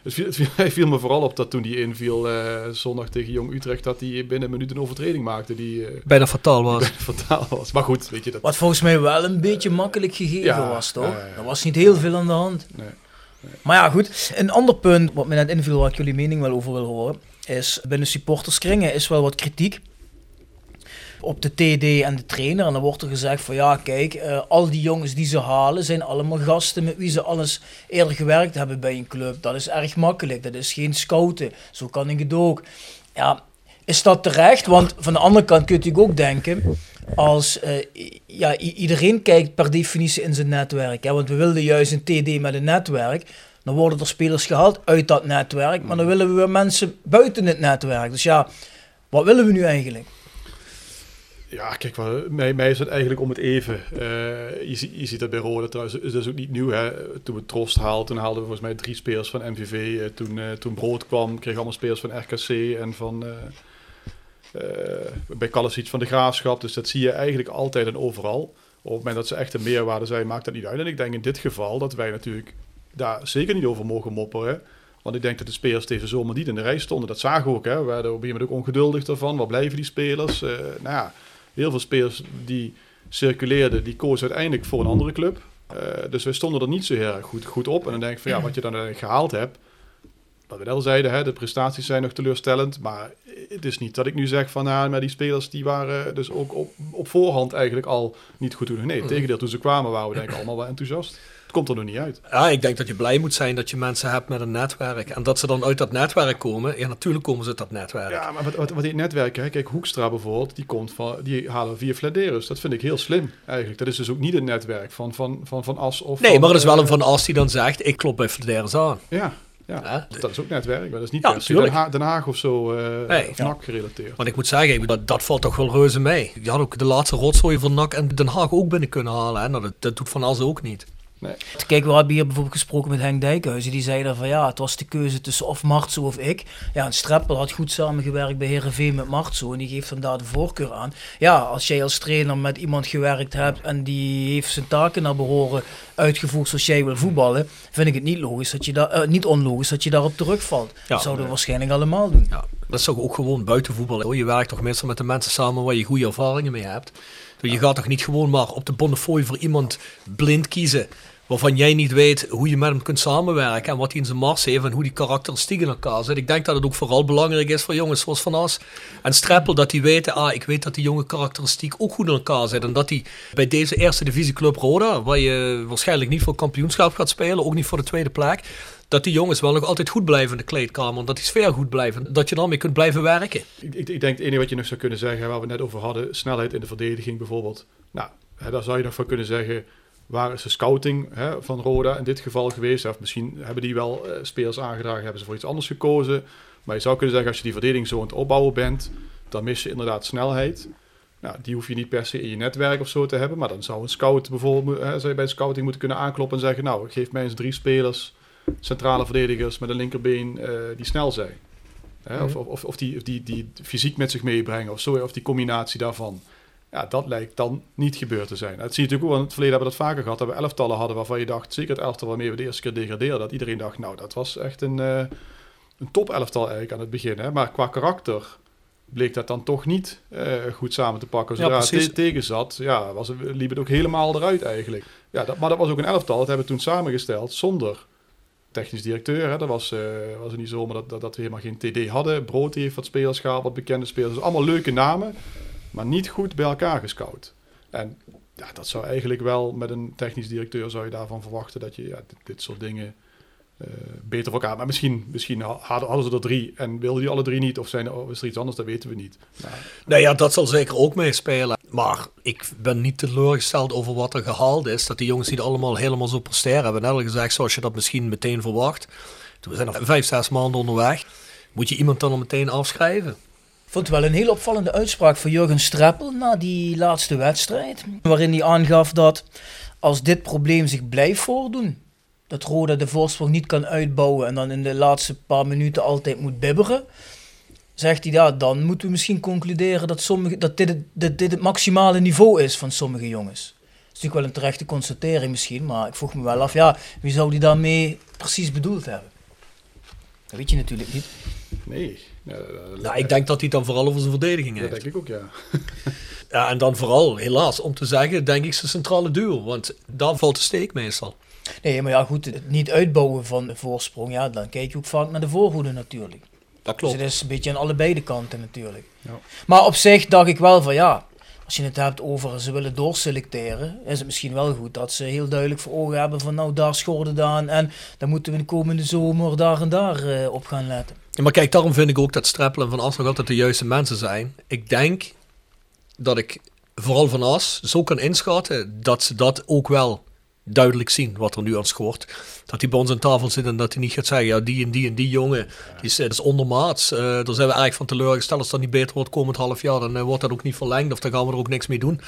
Het viel, het viel, hij viel me vooral op dat toen hij inviel uh, zondag tegen Jong Utrecht, dat hij binnen een minuut een overtreding maakte. Die uh, bijna fataal was. Bijna fataal was. Maar goed, weet je dat. Wat volgens mij wel een beetje makkelijk gegeven ja, was, toch? Ja, ja, ja. Er was niet heel veel aan de hand. Nee, nee. Maar ja, goed. Een ander punt wat me net inviel, waar ik jullie mening wel over wil horen, is binnen supporterskringen is wel wat kritiek op de T D en de trainer. En dan wordt er gezegd van ja, kijk, uh, al die jongens die ze halen zijn allemaal gasten met wie ze alles eerder gewerkt hebben bij een club. Dat is erg makkelijk, dat is geen scouten. Zo kan ik het ook. Ja, is dat terecht? Want van de andere kant kun je natuurlijk ook denken, als uh, ja, i- iedereen kijkt per definitie in zijn netwerk. Hè? Want we wilden juist een T D met een netwerk. Dan worden er spelers gehaald uit dat netwerk, maar dan willen we weer mensen buiten het netwerk. Dus ja, wat willen we nu eigenlijk? Ja, kijk, wel, mij, mij is het eigenlijk om het even. Uh, je, je ziet dat bij Roda trouwens, dat is ook niet nieuw. Hè? Toen we Trost haalden, toen haalden we volgens mij drie spelers van M V V. Uh, toen, uh, toen Brood kwam, kregen we allemaal spelers van R K C en van... Uh, uh, bij Kalasic van de Graafschap. Dus dat zie je eigenlijk altijd en overal. Op het moment dat ze echt een meerwaarde zijn, maakt dat niet uit. En ik denk in dit geval dat wij natuurlijk daar zeker niet over mogen mopperen. Want ik denk dat de spelers deze zomer niet in de rij stonden. Dat zagen we ook. Hè? We werden op een gegeven moment ook ongeduldig daarvan. Waar blijven die spelers? Uh, nou ja, heel veel spelers die circuleerden, die kozen uiteindelijk voor een andere club. Uh, dus we stonden er niet zo heel erg goed, goed op. En dan denk ik van ja, wat je dan uiteindelijk gehaald hebt. Wat we net al zeiden, hè, de prestaties zijn nog teleurstellend. Maar het is niet dat ik nu zeg van nou, maar die spelers die waren dus ook op, op voorhand eigenlijk al niet goed doen. Nee, mm. tegendeel, toen ze kwamen waren we denk ik allemaal wel enthousiast. Het komt er nog niet uit. Ja, ik denk dat je blij moet zijn dat je mensen hebt met een netwerk. En dat ze dan uit dat netwerk komen. Ja, natuurlijk komen ze uit dat netwerk. Ja, maar wat, wat, wat die netwerk, hè, kijk, Hoekstra bijvoorbeeld, die, komt van, die halen via Flederis. Dat vind ik heel slim eigenlijk. Dat is dus ook niet een netwerk van, van, van, van As of... Nee, van, maar er is wel uh, een Van As die dan zegt, ik klop bij Flederis aan. Ja. Ja, ja, dat is ook netwerk, maar dat is niet ja, per se Den, Ha- Den Haag of zo, uh, nee, of N A C ja. gerelateerd. Want ik moet zeggen, dat, dat valt toch wel reuze mee. Je had ook de laatste rotzooi van N A C en Den Haag ook binnen kunnen halen. Hè? Nou, dat, dat doet Van As ook niet. Nee. Kijk, we hadden hier bijvoorbeeld gesproken met Henk Dijkhuizen. Die zei dan van ja, het was de keuze tussen of Martso of ik. Ja, en Streppel had goed samengewerkt bij Heerenveen met Martso. En die geeft dan daar de voorkeur aan. Ja, als jij als trainer met iemand gewerkt hebt en die heeft zijn taken naar behoren uitgevoerd zoals jij wil voetballen, vind ik het niet logisch dat je daar, uh, niet onlogisch dat je daarop terugvalt. Ja, dat zouden we waarschijnlijk allemaal doen. Ja, dat is toch ook gewoon buiten voetballen. Je werkt toch meestal met de mensen samen waar je goede ervaringen mee hebt. Je gaat toch niet gewoon maar op de bonnefooi voor iemand blind kiezen waarvan jij niet weet hoe je met hem kunt samenwerken en wat hij in zijn mars heeft en hoe die karakteristieken in elkaar zitten. Ik denk dat het ook vooral belangrijk is voor jongens zoals Van As en Streppel, dat die weten, ah, ik weet dat die jonge karakteristiek ook goed in elkaar zit en dat die bij deze eerste divisieclub Roda, waar je waarschijnlijk niet voor kampioenschap gaat spelen, ook niet voor de tweede plek, dat die jongens wel nog altijd goed blijven in de kleedkamer, dat die sfeer goed blijft, dat je dan mee kunt blijven werken. Ik, ik, ik denk het enige wat je nog zou kunnen zeggen, waar we het net over hadden, snelheid in de verdediging bijvoorbeeld. Nou, hè, daar zou je nog van kunnen zeggen, waar is de scouting hè, van Roda in dit geval geweest? Of misschien hebben die wel uh, spelers aangedragen, hebben ze voor iets anders gekozen. Maar je zou kunnen zeggen, als je die verdediging zo aan het opbouwen bent, dan mis je inderdaad snelheid. Nou, die hoef je niet per se in je netwerk of zo te hebben, maar dan zou een scout bijvoorbeeld, hè, zou je bij de scouting moeten kunnen aankloppen en zeggen, nou, geef mij eens drie spelers, centrale verdedigers met een linkerbeen uh, die snel zijn. Hè? Mm-hmm. Of, of, of, die, of die, die fysiek met zich meebrengen of zo, of die combinatie daarvan. Ja, dat lijkt dan niet gebeurd te zijn. Dat zie je natuurlijk ook, in het verleden hebben we dat vaker gehad, dat we elftallen hadden waarvan je dacht, zeker het elftal waarmee we de eerste keer degradeerden, dat iedereen dacht, nou, dat was echt een, uh, een top elftal eigenlijk aan het begin. Hè? Maar qua karakter bleek dat dan toch niet uh, goed samen te pakken. Zodra ja, het te- tegen zat, ja, was het, liep het ook helemaal eruit eigenlijk. Ja, dat, maar dat was ook een elftal, dat hebben we toen samengesteld zonder technisch directeur. Hè. Dat was, uh, was het niet zomaar dat, dat, dat we helemaal geen T D hadden. Brood heeft wat spelers gehaald, wat bekende spelers. Dus allemaal leuke namen, maar niet goed bij elkaar gescout. En ja, dat zou eigenlijk wel met een technisch directeur zou je daarvan verwachten dat je ja, dit, dit soort dingen uh, beter voor elkaar. Maar misschien, misschien hadden, hadden ze er drie en wilden die alle drie niet. Of, zijn, of is er iets anders, dat weten we niet. Nou, nou ja, dat zal zeker ook meespelen. Maar ik ben niet teleurgesteld over wat er gehaald is. Dat die jongens niet allemaal helemaal zo presteren. Hebben net al gezegd, zoals je dat misschien meteen verwacht. We zijn nog vijf, zes maanden onderweg. Moet je iemand dan al meteen afschrijven? Ik vond het wel een heel opvallende uitspraak van Jurgen Streppel na die laatste wedstrijd. Waarin hij aangaf dat als dit probleem zich blijft voordoen, dat Roda de voorsprong niet kan uitbouwen en dan in de laatste paar minuten altijd moet bibberen, zegt hij, ja, dan moeten we misschien concluderen dat, sommige, dat dit, het, dit, dit het maximale niveau is van sommige jongens. Dat is natuurlijk wel een terechte constatering misschien, maar ik vroeg me wel af, ja, wie zou die daarmee precies bedoeld hebben? Dat weet je natuurlijk niet. Nee. Ja, nou, ik denk dat hij dan vooral over zijn verdediging heeft. Dat denk ik ook, ja. Ja, en dan vooral, helaas, om te zeggen, denk ik zijn centrale duo. Want daar valt de steek meestal. Nee, maar ja goed, het niet uitbouwen van de voorsprong, ja, dan kijk je ook vaak naar de voorhoede natuurlijk. Dat klopt. Dus het is een beetje aan allebei de kanten natuurlijk. Ja. Maar op zich dacht ik wel van ja, als je het hebt over ze willen doorselecteren, is het misschien wel goed dat ze heel duidelijk voor ogen hebben van nou daar schort het aan en dan moeten we de komende zomer daar en daar uh, op gaan letten. Ja, maar kijk, daarom vind ik ook dat Streppel en Van As nog altijd de juiste mensen zijn. Ik denk dat ik vooral Van As zo kan inschatten dat ze dat ook wel duidelijk zien wat er nu aan schort. Dat hij bij ons aan tafel zit en dat hij niet gaat zeggen, ja die en die en die jongen, die is, dat is ondermaats. Uh, daar zijn we eigenlijk van teleurgesteld. Als dat niet beter wordt komend half jaar, dan uh, wordt dat ook niet verlengd of dan gaan we er ook niks mee doen.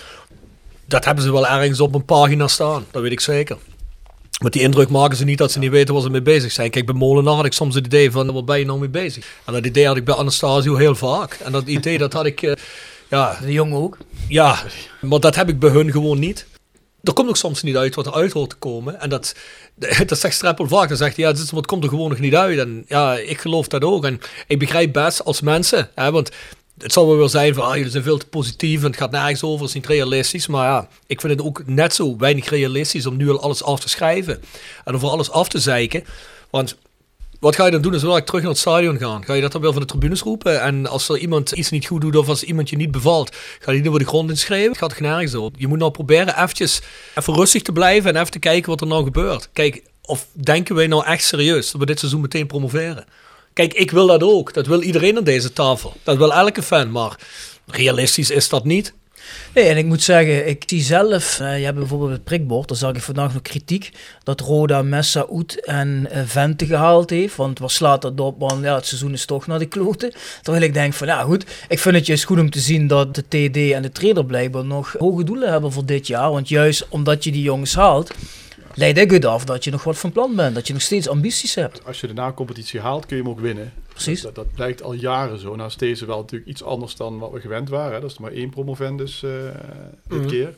Dat hebben ze wel ergens op een pagina staan, dat weet ik zeker. Met die indruk maken ze niet dat ze niet weten waar ze mee bezig zijn. Kijk, bij Molenaar had ik soms het idee van, waar ben je nou mee bezig? En dat idee had ik bij Anastasio heel vaak. En dat idee, dat had ik... Uh, ja, de jongen ook? Ja, maar dat heb ik bij hun gewoon niet. Er komt ook soms niet uit wat er uit hoort te komen. En dat, dat zegt Streppel vaak. Dan zegt hij, ja, dit wat komt er gewoon nog niet uit. En ja, ik geloof dat ook. En ik begrijp best als mensen, hè, want het zal wel weer zijn van, ah, jullie zijn veel te positief en het gaat nergens over, het is niet realistisch. Maar ja, ik vind het ook net zo weinig realistisch om nu al alles af te schrijven. En over alles af te zeiken. Want wat ga je dan doen als we terug naar het stadion gaan? Ga je dat dan wel van de tribunes roepen? En als er iemand iets niet goed doet of als iemand je niet bevalt, ga je die over de grond inschrijven? Het gaat er nergens op. Je moet nou proberen eventjes even rustig te blijven en even te kijken wat er nou gebeurt. Kijk, of denken wij nou echt serieus dat we dit seizoen meteen promoveren? Kijk, ik wil dat ook. Dat wil iedereen aan deze tafel. Dat wil elke fan, maar realistisch is dat niet. Nee, en ik moet zeggen, ik zie zelf, uh, je hebt bijvoorbeeld het prikbord, daar zag ik vandaag nog kritiek, dat Roda Messaoud en uh, Vente gehaald heeft, want waar slaat dat op, want ja, het seizoen is toch naar de kloten. Terwijl ik denk van, ja goed, ik vind het juist goed om te zien dat de T D en de trainer blijkbaar nog hoge doelen hebben voor dit jaar, want juist omdat je die jongens haalt, leidt ik het af dat je nog wat van plan bent, dat je nog steeds ambities hebt. Als je de na-competitie haalt, kun je hem ook winnen. Precies. Dat, dat, dat blijkt al jaren zo. Nou is deze wel natuurlijk iets anders dan wat we gewend waren. Hè. Dat is er maar één promovendus uh, dit mm-hmm. keer.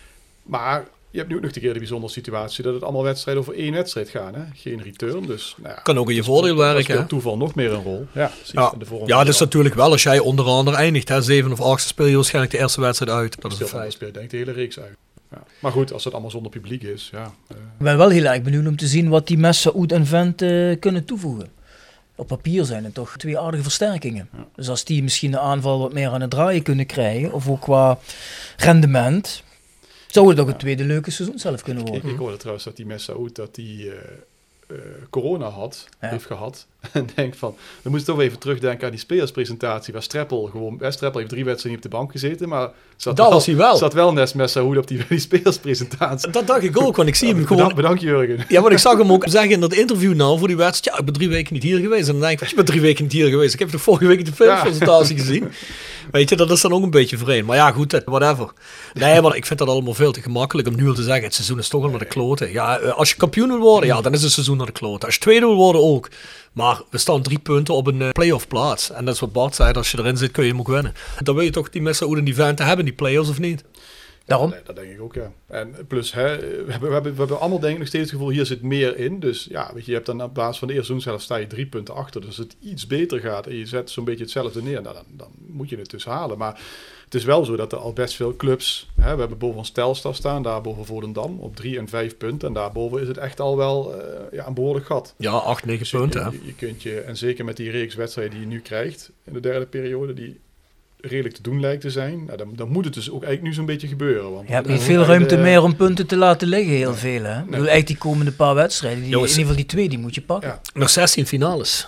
Maar je hebt nu ook nog de keer de bijzondere situatie dat het allemaal wedstrijden over één wedstrijd gaan. Hè. Geen return, dus... Nou ja, kan ook in je voordeel werken. Dat toeval nog meer een rol. Ja, ja. ja dat is natuurlijk wel als jij onder andere eindigt. Hè. Zeven of acht speel je waarschijnlijk de eerste wedstrijd uit. Dat is een feit. Speel je denk ik de hele reeks uit. Ja. Maar goed, als het allemaal zonder publiek is, ja. Uh. Ik ben wel heel erg benieuwd om te zien wat die Messaoud en Vente uh, kunnen toevoegen. Op papier zijn het toch twee aardige versterkingen. Ja. Dus als die misschien de aanval wat meer aan het draaien kunnen krijgen, of ook qua rendement, zou het ook ja. een tweede leuke seizoen zelf kunnen worden. Ik, ik hoorde trouwens dat die Messaoud, dat die uh, uh, corona had, ja. heeft gehad. En denk van, we moeten toch even terugdenken aan die spelerspresentatie, waar Streppel gewoon, eh, Streppel heeft drie wedstrijden niet op de bank gezeten, maar zat dat wel, was hij wel. Zat wel Nes Messaoud op die, die spelerspresentatie. Dat dacht ik ook, want ik zie ja, hem bedankt, gewoon... Bedankt Jurgen. Ja, want ik zag hem ook zeggen in dat interview nou voor die wedstrijd, ja, ik ben drie weken niet hier geweest. En dan denk ik, je bent drie weken niet hier geweest. Ik heb toch vorige week de filmpresentatie ja. gezien. Weet je, dat is dan ook een beetje vreemd. Maar ja, goed, whatever. Nee, maar ik vind dat allemaal veel te gemakkelijk om nu al te zeggen, het seizoen is toch al naar de kloten. Ja, als je kampioen wil worden, ja, dan is het seizoen naar de kloten. Als je tweede wil worden ook. Maar we staan drie punten op een uh, play-off plaats. En dat is wat Bart zei, als je erin zit kun je hem ook winnen. Dan wil je toch die Messaoud en die Vente hebben, die play-offs of niet? Daarom? Ja, dat denk ik ook, ja. En plus, hè, we, hebben, we, hebben, we hebben allemaal denk ik nog steeds het gevoel, hier zit meer in. Dus ja, weet je, je hebt dan op basis van de eerste seizoen zelf sta je drie punten achter. Dus als het iets beter gaat en je zet zo'n beetje hetzelfde neer, nou, dan, dan moet je het dus halen. Maar het is wel zo dat er al best veel clubs, hè, we hebben boven ons Telstar staan, daarboven Volendam op drie en vijf punten. En daarboven is het echt al wel uh, ja, een behoorlijk gat. Ja, acht, negen dus punten. Je, je, je kunt je, en zeker met die reeks wedstrijden die je nu krijgt in de derde periode, die redelijk te doen lijkt te zijn, nou, dan, dan moet het dus ook eigenlijk nu zo'n beetje gebeuren. Want je hebt niet veel ruimte de, meer om punten te laten liggen, heel nee, veel. Hè? Nee. Ik bedoel, eigenlijk die komende paar wedstrijden, die, Jongens, in ieder geval die twee, die moet je pakken. Ja. Nog zestien finales.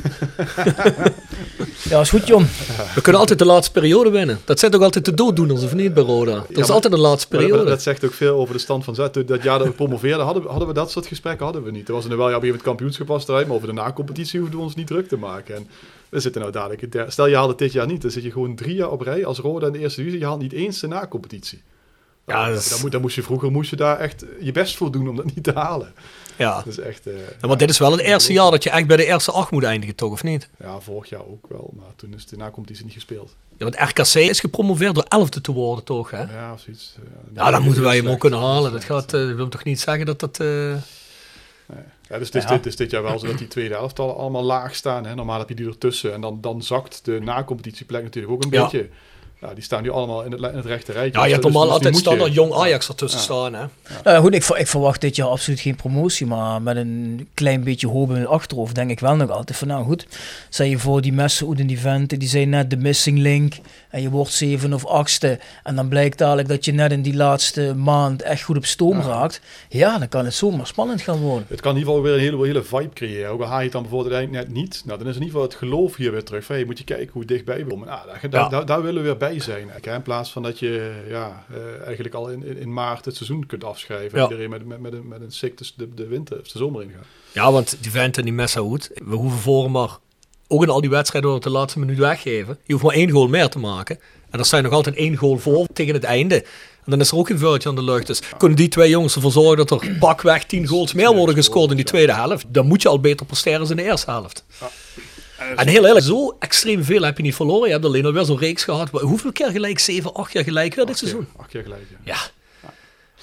Ja, is goed, John. We kunnen altijd de laatste periode winnen. Dat zijn toch altijd de dooddoeners, of niet, bij Roda? Dat ja, is maar, altijd de laatste periode. Dat, dat zegt ook veel over de stand van zaken. Dat jaar dat we promoveerden, hadden, hadden we dat soort gesprekken hadden we niet. Er was er wel, ja, we het kampioenschap was eruit, maar over de na-competitie hoefden we ons niet druk te maken. En we zitten nou dadelijk, stel je haalt het dit jaar niet, dan zit je gewoon drie jaar op rij als Roda in de eerste divisie. Je haalt niet eens de na-competitie. Ja, dan, is... dan, moet, dan moest je vroeger moest je daar echt je best voor doen om dat niet te halen. Ja, dat is echt, uh, ja, maar dit is wel het eerste jaar dat je echt bij de eerste acht moet eindigen, toch, of niet? Ja, vorig jaar ook wel, maar toen is de na-competitie niet gespeeld. Ja, want R K C is gepromoveerd door elfde te worden, toch? Hè? Ja, of zoiets. Uh, ja, dan moeten wij hem ook kunnen halen. Dat gaat, uh, wil toch niet zeggen dat dat... Uh... Nee. Ja, dus, dus, ja. Dit, dus dit jaar wel zo dat die tweede elftallen allemaal laag staan. Hè? Normaal heb je die ertussen. En dan, dan zakt de na-competitieplek natuurlijk ook een ja. beetje. Ja, die staan nu allemaal in het, in het rechte rijtje. Ja, je hebt dus, normaal dus altijd standaard je... jong Ajax ertussen ja. staan. Hè? Ja. Nou goed, ik, ik verwacht dit jaar absoluut geen promotie. Maar met een klein beetje hoop in het achterhoofd denk ik wel nog altijd van nou goed. Stel je voor die Messeoud en die Vente, die zijn net de missing link. En je wordt zeven of achtste. En dan blijkt dadelijk dat je net in die laatste maand echt goed op stoom ja. raakt. Ja, dan kan het zomaar spannend gaan worden. Het kan in ieder geval weer een hele, hele vibe creëren. Ook al haal je het dan bijvoorbeeld net niet. Nou, dan is in ieder geval het geloof hier weer terug. Van, hey, moet je kijken hoe dichtbij we komen. Nou, daar, daar, ja. daar, daar willen we weer bij zijn. Hè? In plaats van dat je ja, uh, eigenlijk al in, in, in maart het seizoen kunt afschrijven. Ja. En iedereen met, met, met, een, met een sik de, de winter of de zomer ingaat. Ja, want die Vente en die Messeoud, we hoeven voor maar ook in al die wedstrijden door de laatste minuut weggeven. Je hoeft maar één goal meer te maken. En er staat nog altijd één goal voor tegen het einde. En dan is er ook een vuurtje aan de lucht. Dus kunnen die twee jongens ervoor zorgen dat er pakweg tien goals meer worden gescoord in die tweede helft. Dan moet je al beter presteren dan in de eerste helft. Ja. En heel eerlijk, zo extreem veel heb je niet verloren. Je hebt alleen alweer zo'n reeks gehad. Hoeveel keer gelijk? Zeven, acht keer gelijk weer dit acht seizoen? Keer, acht keer gelijk, ja. Ja,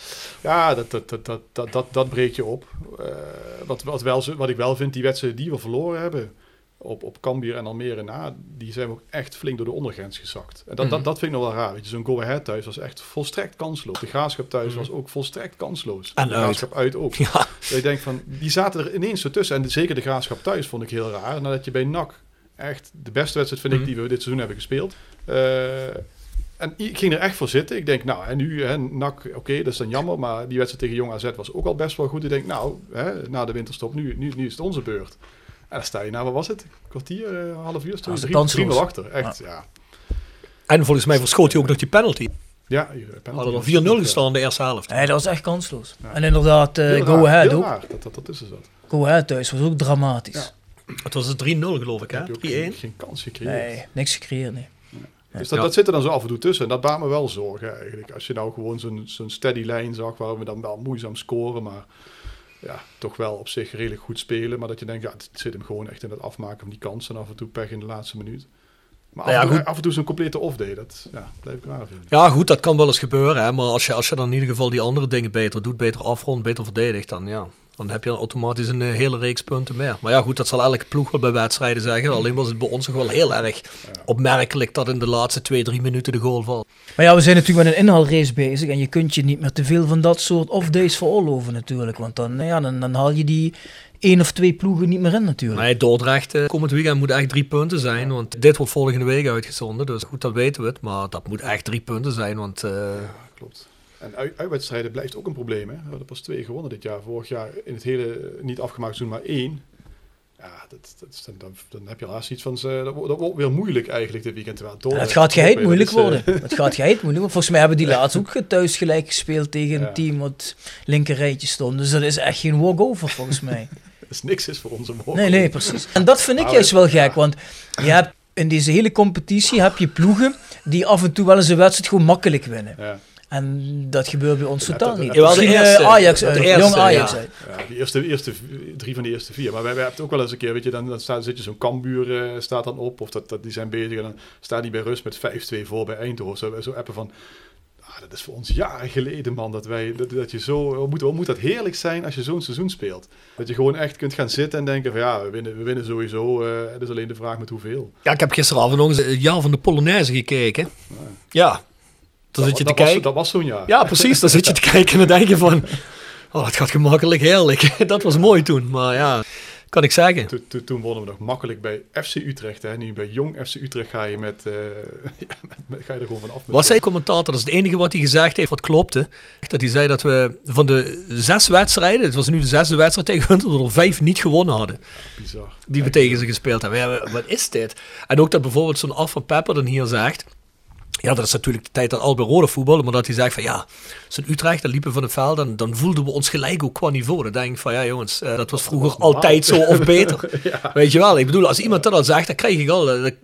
ja dat, dat, dat, dat, dat, dat, dat breekt je op. Uh, wat, wat, wel, wat ik wel vind, die wedstrijden die we verloren hebben... Op, op Cambuur en Almere na, die zijn ook echt flink door de ondergrens gezakt. En dat, mm-hmm. dat, dat vind ik nog wel raar. Weet je, zo'n Go Ahead thuis was echt volstrekt kansloos. De Graafschap thuis mm-hmm. was ook volstrekt kansloos. En de Graafschap uit, uit ook. Ja. Dat je denkt van, die zaten er ineens zo tussen. En zeker de Graafschap thuis vond ik heel raar. Nadat je bij N A C echt de beste wedstrijd vind mm-hmm. ik die we dit seizoen hebben gespeeld. Uh, en ik ging er echt voor zitten. Ik denk, nou, en nu, hè, N A C, oké, okay, dat is dan jammer. Maar die wedstrijd tegen Jong A Z was ook al best wel goed. Ik denk, nou, hè, na de winterstop, nu, nu, nu is het onze beurt. En dan sta je na, wat was het? Een kwartier, uh, half uur? drie nul achter, echt, ja. ja. En volgens mij verschoot hij ook nog die penalty. Ja, penalty. Hadden er vier nul gestaan in de eerste helft. Nee, dat was echt kansloos. Ja. En inderdaad, uh, Go Ahead heel ook. Raar dat dat, dat tussen zat. Go Ahead thuis was ook dramatisch. Ja. Het was drie nul geloof ik, hè? drie één. Geen, geen kans gecreëerd. Nee, niks gecreëerd, nee. nee. Dus dat, ja. dat zit er dan zo af en toe tussen. En dat baart me wel zorgen eigenlijk. Als je nou gewoon zo'n, zo'n steady lijn zag, waar we dan wel moeizaam scoren, maar... ja, toch wel op zich redelijk goed spelen. Maar dat je denkt, ja, het zit hem gewoon echt in het afmaken van die kansen. En af en toe pech in de laatste minuut. Maar af, nou ja, en, toe, af en toe zo'n complete off-day, dat ja, blijf ik raar vinden. Ja, goed, dat kan wel eens gebeuren. Hè? Maar als je, als je dan in ieder geval die andere dingen beter doet, beter afrondt, beter verdedigt, dan ja... dan heb je dan automatisch een uh, hele reeks punten meer. Maar ja, goed, dat zal elke ploeg wel bij wedstrijden zeggen. Alleen was het bij ons nog wel heel erg ja. opmerkelijk dat in de laatste twee, drie minuten de goal valt. Maar ja, we zijn natuurlijk met een inhaalrace bezig. En je kunt je niet meer te veel van dat soort off-days veroorloven natuurlijk. Want dan, ja, dan, dan haal je die één of twee ploegen niet meer in natuurlijk. Nee, Dordrecht, uh, komend weekend moet echt drie punten zijn. Want dit wordt volgende week uitgezonden. Dus goed, dat weten we het. Maar dat moet echt drie punten zijn. Want, uh... ja, klopt. En uit, uitwedstrijden blijft ook een probleem. Hè? We hebben pas twee gewonnen dit jaar. Vorig jaar in het hele niet afgemaakt seizoen maar één. Ja, dat, dat, dan, dan heb je helaas iets van... Uh, dat, dat wordt weer moeilijk eigenlijk dit weekend. Door, het gaat geheid moeilijk dus, worden. Uh, het gaat geheid moeilijk worden. Volgens mij hebben die laatst ook thuis gelijk gespeeld tegen ja. een team wat linker rijtje stond. Dus dat is echt geen walk-over volgens mij. Dat is niks is voor onze walk-over. Nee, nee, precies. En dat vind ik nou, juist wel gek. Want je hebt in deze hele competitie heb je ploegen die af en toe wel eens een wedstrijd gewoon makkelijk winnen. Ja. En dat gebeurt bij ons ja, totaal dat, niet. Jawel, de eerste, Ajax uit, de jong Ajax ja. uit. Ja, die eerste, eerste, drie van de eerste vier. Maar wij, wij hebben het ook wel eens een keer, weet je, dan, dan staat, zit je zo'n Cambuur uh, staat dan op, of dat, dat, die zijn bezig en dan staat die bij rust met vijf twee voor bij Eindhoven. Zo, zo appen van, ah, dat is voor ons jaren geleden, man, dat wij, dat, dat je zo, wat moet, wat moet dat heerlijk zijn als je zo'n seizoen speelt. Dat je gewoon echt kunt gaan zitten en denken van, ja, we winnen, we winnen sowieso, uh, het is alleen de vraag met hoeveel. Ja, ik heb gisteravond nog eens het jaar van de Polonaise gekeken. Ja. ja. Dan zit je te dat, kijken. Was, dat was zo'n jaar. Ja, precies. Dan zit je te kijken en dan denk je van... oh, dat gaat gemakkelijk heerlijk. Dat was mooi toen. Maar ja, kan ik zeggen. To, to, toen wonnen we nog makkelijk bij F C Utrecht. Hè. Nu bij Jong F C Utrecht ga je, met, uh, ja, met, met, ga je er gewoon van af. Wat zei commentator? Dat is het enige wat hij gezegd heeft wat klopte. Dat hij zei dat we van de zes wedstrijden... het was nu de zesde wedstrijd tegen hun... dat we er vijf niet gewonnen hadden. Ja, bizar. Die we tegen ze gespeeld hebben. Ja, wat is dit? En ook dat bijvoorbeeld zo'n Af van Pepper dan hier zegt... ja, dat is natuurlijk de tijd dat al bij rode voetballen, maar dat hij zegt van ja, zo'n Utrecht, dan liepen we van het veld en dan voelden we ons gelijk ook qua niveau. Dan denk ik van ja jongens, uh, dat was vroeger dat was altijd zo of beter. Ja. Weet je wel, ik bedoel, als iemand dat al zegt, dan krijg ik al, dan, dan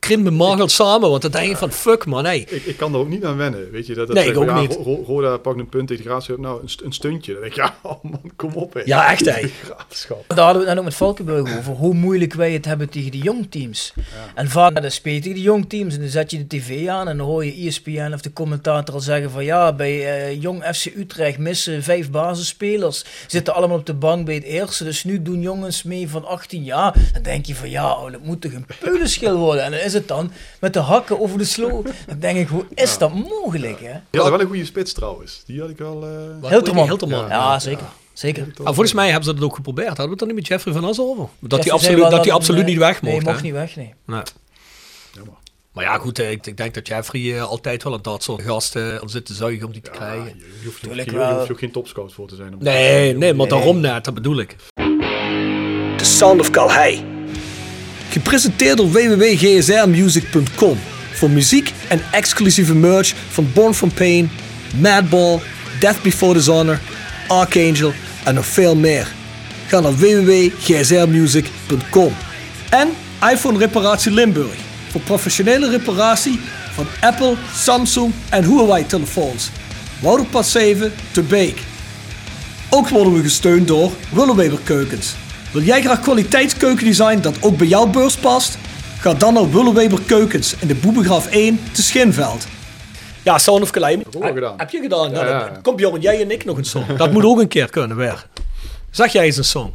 grind met Magel samen, want dan denk je van fuck man, hey. Ik, ik kan er ook niet aan wennen, weet je. Dat, dat nee, ik ook ja, niet. Ro- Roda pakt een punt tegen de Graafschap, nou, een, st- een stuntje. Dan denk ik, ja, oh man, kom op, hè. Ja, echt, hè. Graafschap. Daar hadden we het net ook met Valkenburg over, hoe moeilijk wij het hebben tegen die jongteams. Ja. En vaak dan speel je tegen die jongteams en dan zet je de tv aan en dan hoor je E S P N of de commentator al zeggen van ja, bij uh, Jong F C Utrecht missen vijf basisspelers, zitten allemaal op de bank bij het eerste, dus nu doen jongens mee van achttien jaar. Dan denk je van ja, oh, dat moet toch een peulenschil worden. En dan is het dan met de hakken over de sloot. Dan denk ik, hoe is ja. dat mogelijk, hè? Die hadden wel een goede spits trouwens. Die had ik wel... Uh... Hilterman. Hilterman. Ja, ja, zeker. Ja. Zeker. Ah, volgens mij hebben ze dat ook geprobeerd. Hadden we het dan niet met Jeffrey van As over? Dat hij absoluut, dat hij absoluut niet weg mocht. Nee, mocht hè? niet weg, nee. nee. Jammer. Maar ja, goed, ik, ik denk dat Jeffrey uh, altijd wel aan dat soort gasten uh, zit te zuigen om die te ja, krijgen. Je, je, hoeft, je, hoeft, je hoeft ook geen topscout voor te zijn. Om nee, te nee, maar nee. daarom net, dat bedoel ik. The Sound of Calhei. Gepresenteerd door w w w punt g s r music punt com. Voor muziek en exclusieve merch van Born From Pain, Madball, Death Before Dishonor, Archangel en nog veel meer. Ga naar w w w punt g s r music punt com. En iPhone Reparatie Limburg. Voor professionele reparatie van Apple, Samsung en Huawei telefoons. Wouderpad zeven te Beek. Ook worden we gesteund door Willeweber Keukens. Wil jij graag kwaliteitskeukendesign dat ook bij jouw beurs past? Ga dan naar Willeweber Keukens in de Boebegraaf één te Schinveld. Ja, Sound of Calhei. Gedaan. Heb je gedaan? Ja, ja, ja. Kom Bjorn, jij en ik nog een song. Dat moet ook een keer kunnen weer. Zeg jij eens een song?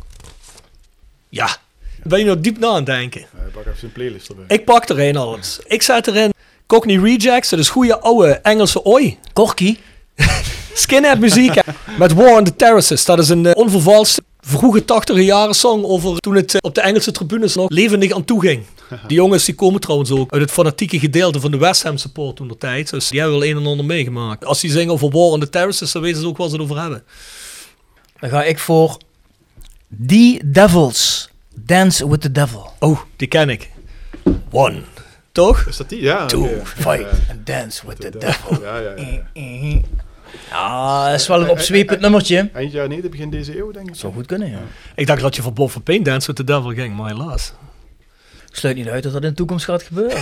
Ja. Ben je nog diep na aan het denken? Ja, ik pak even een playlist erbij. Ik pak er een alles. Ik zet erin Cockney Rejects. Dat is goede oude Engelse oi. Corky. Skinhead muziek. Met War on the Terraces. Dat is een uh, onvervalste vroege tachtiger jaren song over toen het uh, op de Engelse tribunes nog levendig aan toe ging. Die jongens die komen trouwens ook uit het fanatieke gedeelte van de West Ham support toen de tijd. Dus die hebben wel een en ander meegemaakt. Als die zingen over War on the Terraces, dan weten ze ook waar ze het over hebben. Dan ga ik voor The Devils. Dance with the Devil. Oh, die ken ik. One. Toch? Is dat die? Ja. Two, okay. fight ja. and dance with the, the devil. Ja, ja, ja. Ja. Ja, dat is wel een opzwepend nummertje. Eind jaar nee, begin deze eeuw, denk ik. Zou goed kunnen, ja. Ik dacht dat je voor Bob van Pain Dance with the Devil ging, maar helaas. Ik sluit niet uit dat dat in de toekomst gaat gebeuren.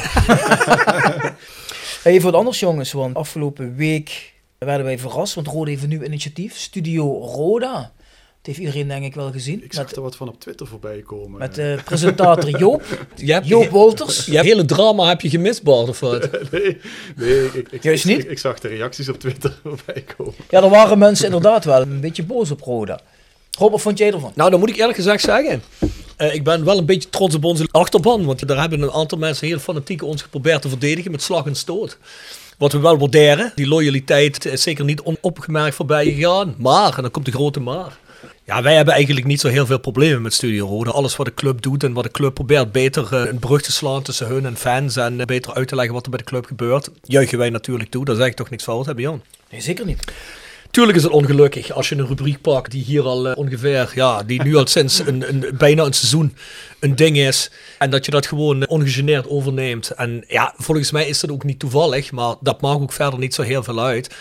Even wat anders, jongens, want afgelopen week werden wij verrast, want Roda heeft een nieuw initiatief, Studio Roda. Dat heeft iedereen denk ik wel gezien. Ik zag met, er wat van op Twitter voorbij komen. Met de uh, presentator Joop. Hebt, Joop Wolters. Je hebt hele drama heb je gemist, Bart, of wat? nee, nee ik, ik, Juist niet? Ik, ik zag de reacties op Twitter voorbij komen. Ja, er waren mensen inderdaad wel een beetje boos op Roda. Rob, wat vond jij ervan? Nou, dan moet ik eerlijk gezegd zeggen. Uh, ik ben wel een beetje trots op onze achterban. Want daar hebben een aantal mensen heel fanatiek ons geprobeerd te verdedigen met slag en stoot. Wat we wel waarderen. Die loyaliteit is zeker niet onopgemerkt voorbij gegaan. Maar, en dan komt de grote maar. Ja, wij hebben eigenlijk niet zo heel veel problemen met Studio Roda. Alles wat de club doet en wat de club probeert beter uh, een brug te slaan tussen hun en fans en uh, beter uit te leggen wat er bij de club gebeurt, juichen wij natuurlijk toe. Daar zeg ik toch niks fout, hè Jan? Nee, zeker niet. Tuurlijk is het ongelukkig als je een rubriek pakt die hier al uh, ongeveer, ja, die nu al sinds een, een, bijna een seizoen een ding is. En dat je dat gewoon uh, ongegeneerd overneemt. En ja, volgens mij is dat ook niet toevallig, maar dat maakt ook verder niet zo heel veel uit.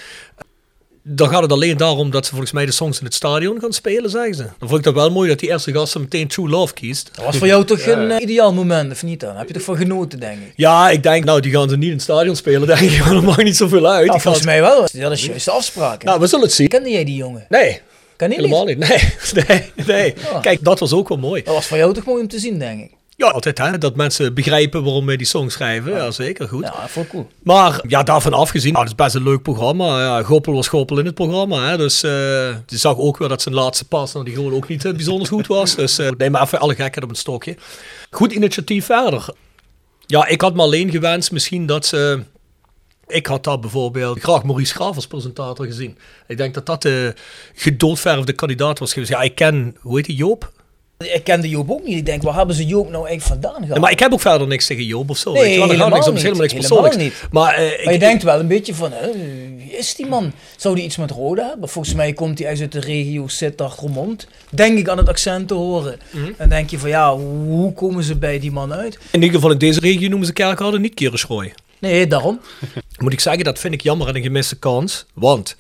Dan gaat het alleen daarom dat ze volgens mij de songs in het stadion gaan spelen, zeggen ze. Dan vond ik dat wel mooi dat die eerste gast meteen True Love kiest. Dat was voor jou toch ja. een uh, ideaal moment, of niet dan? Heb je toch van genoten, denk ik? Ja, ik denk, nou, die gaan ze niet in het stadion spelen, denk ik. Maar dat maakt niet zoveel uit. Ja, volgens mij wel. Dat is juist de afspraak. Nou, we zullen het zien. Kende jij die jongen? Nee. Ken je helemaal niet? niet. Nee, nee, nee. Ja. Kijk, dat was ook wel mooi. Dat was voor jou toch mooi om te zien, denk ik. Ja, altijd hè, dat mensen begrijpen waarom we die song schrijven. Ja, ja zeker, goed. Ja, vond ik cool. Maar ja, daarvan afgezien, nou, het is best een leuk programma. Ja, Goppel was Goppel in het programma. Hè, dus uh, je zag ook wel dat zijn laatste pas, nou, die gewoon ook niet uh, bijzonder goed was. Dus uh, neem maar even alle gekheid op een stokje. Goed initiatief verder. Ja, ik had me alleen gewenst misschien dat ze... Ik had daar bijvoorbeeld graag Maurice Graaf als presentator gezien. Ik denk dat dat de gedoodverfde kandidaat was geweest. Ja, ik ken, hoe heet die, Joop? Ik kende Joop ook niet. Ik denk, waar hebben ze Joop nou eigenlijk vandaan gehad? Ja, maar ik heb ook verder niks tegen Joop of zo. Nee, weet je? helemaal, niks, niet. helemaal niks helemaal persoonlijks. niet. Maar, uh, maar ik, je ik, denkt wel een beetje van, hè, wie is die man? Zou die iets met Roda hebben? Volgens mij komt hij uit de regio Sittard-Roermond. Denk ik aan het accent te horen. Mm-hmm. Dan denk je van, ja, hoe komen ze bij die man uit? In ieder geval in deze regio noemen ze Kerkrade niet Kerenschrooi. Nee, daarom. Moet ik zeggen, dat vind ik jammer en een gemiste kans. Want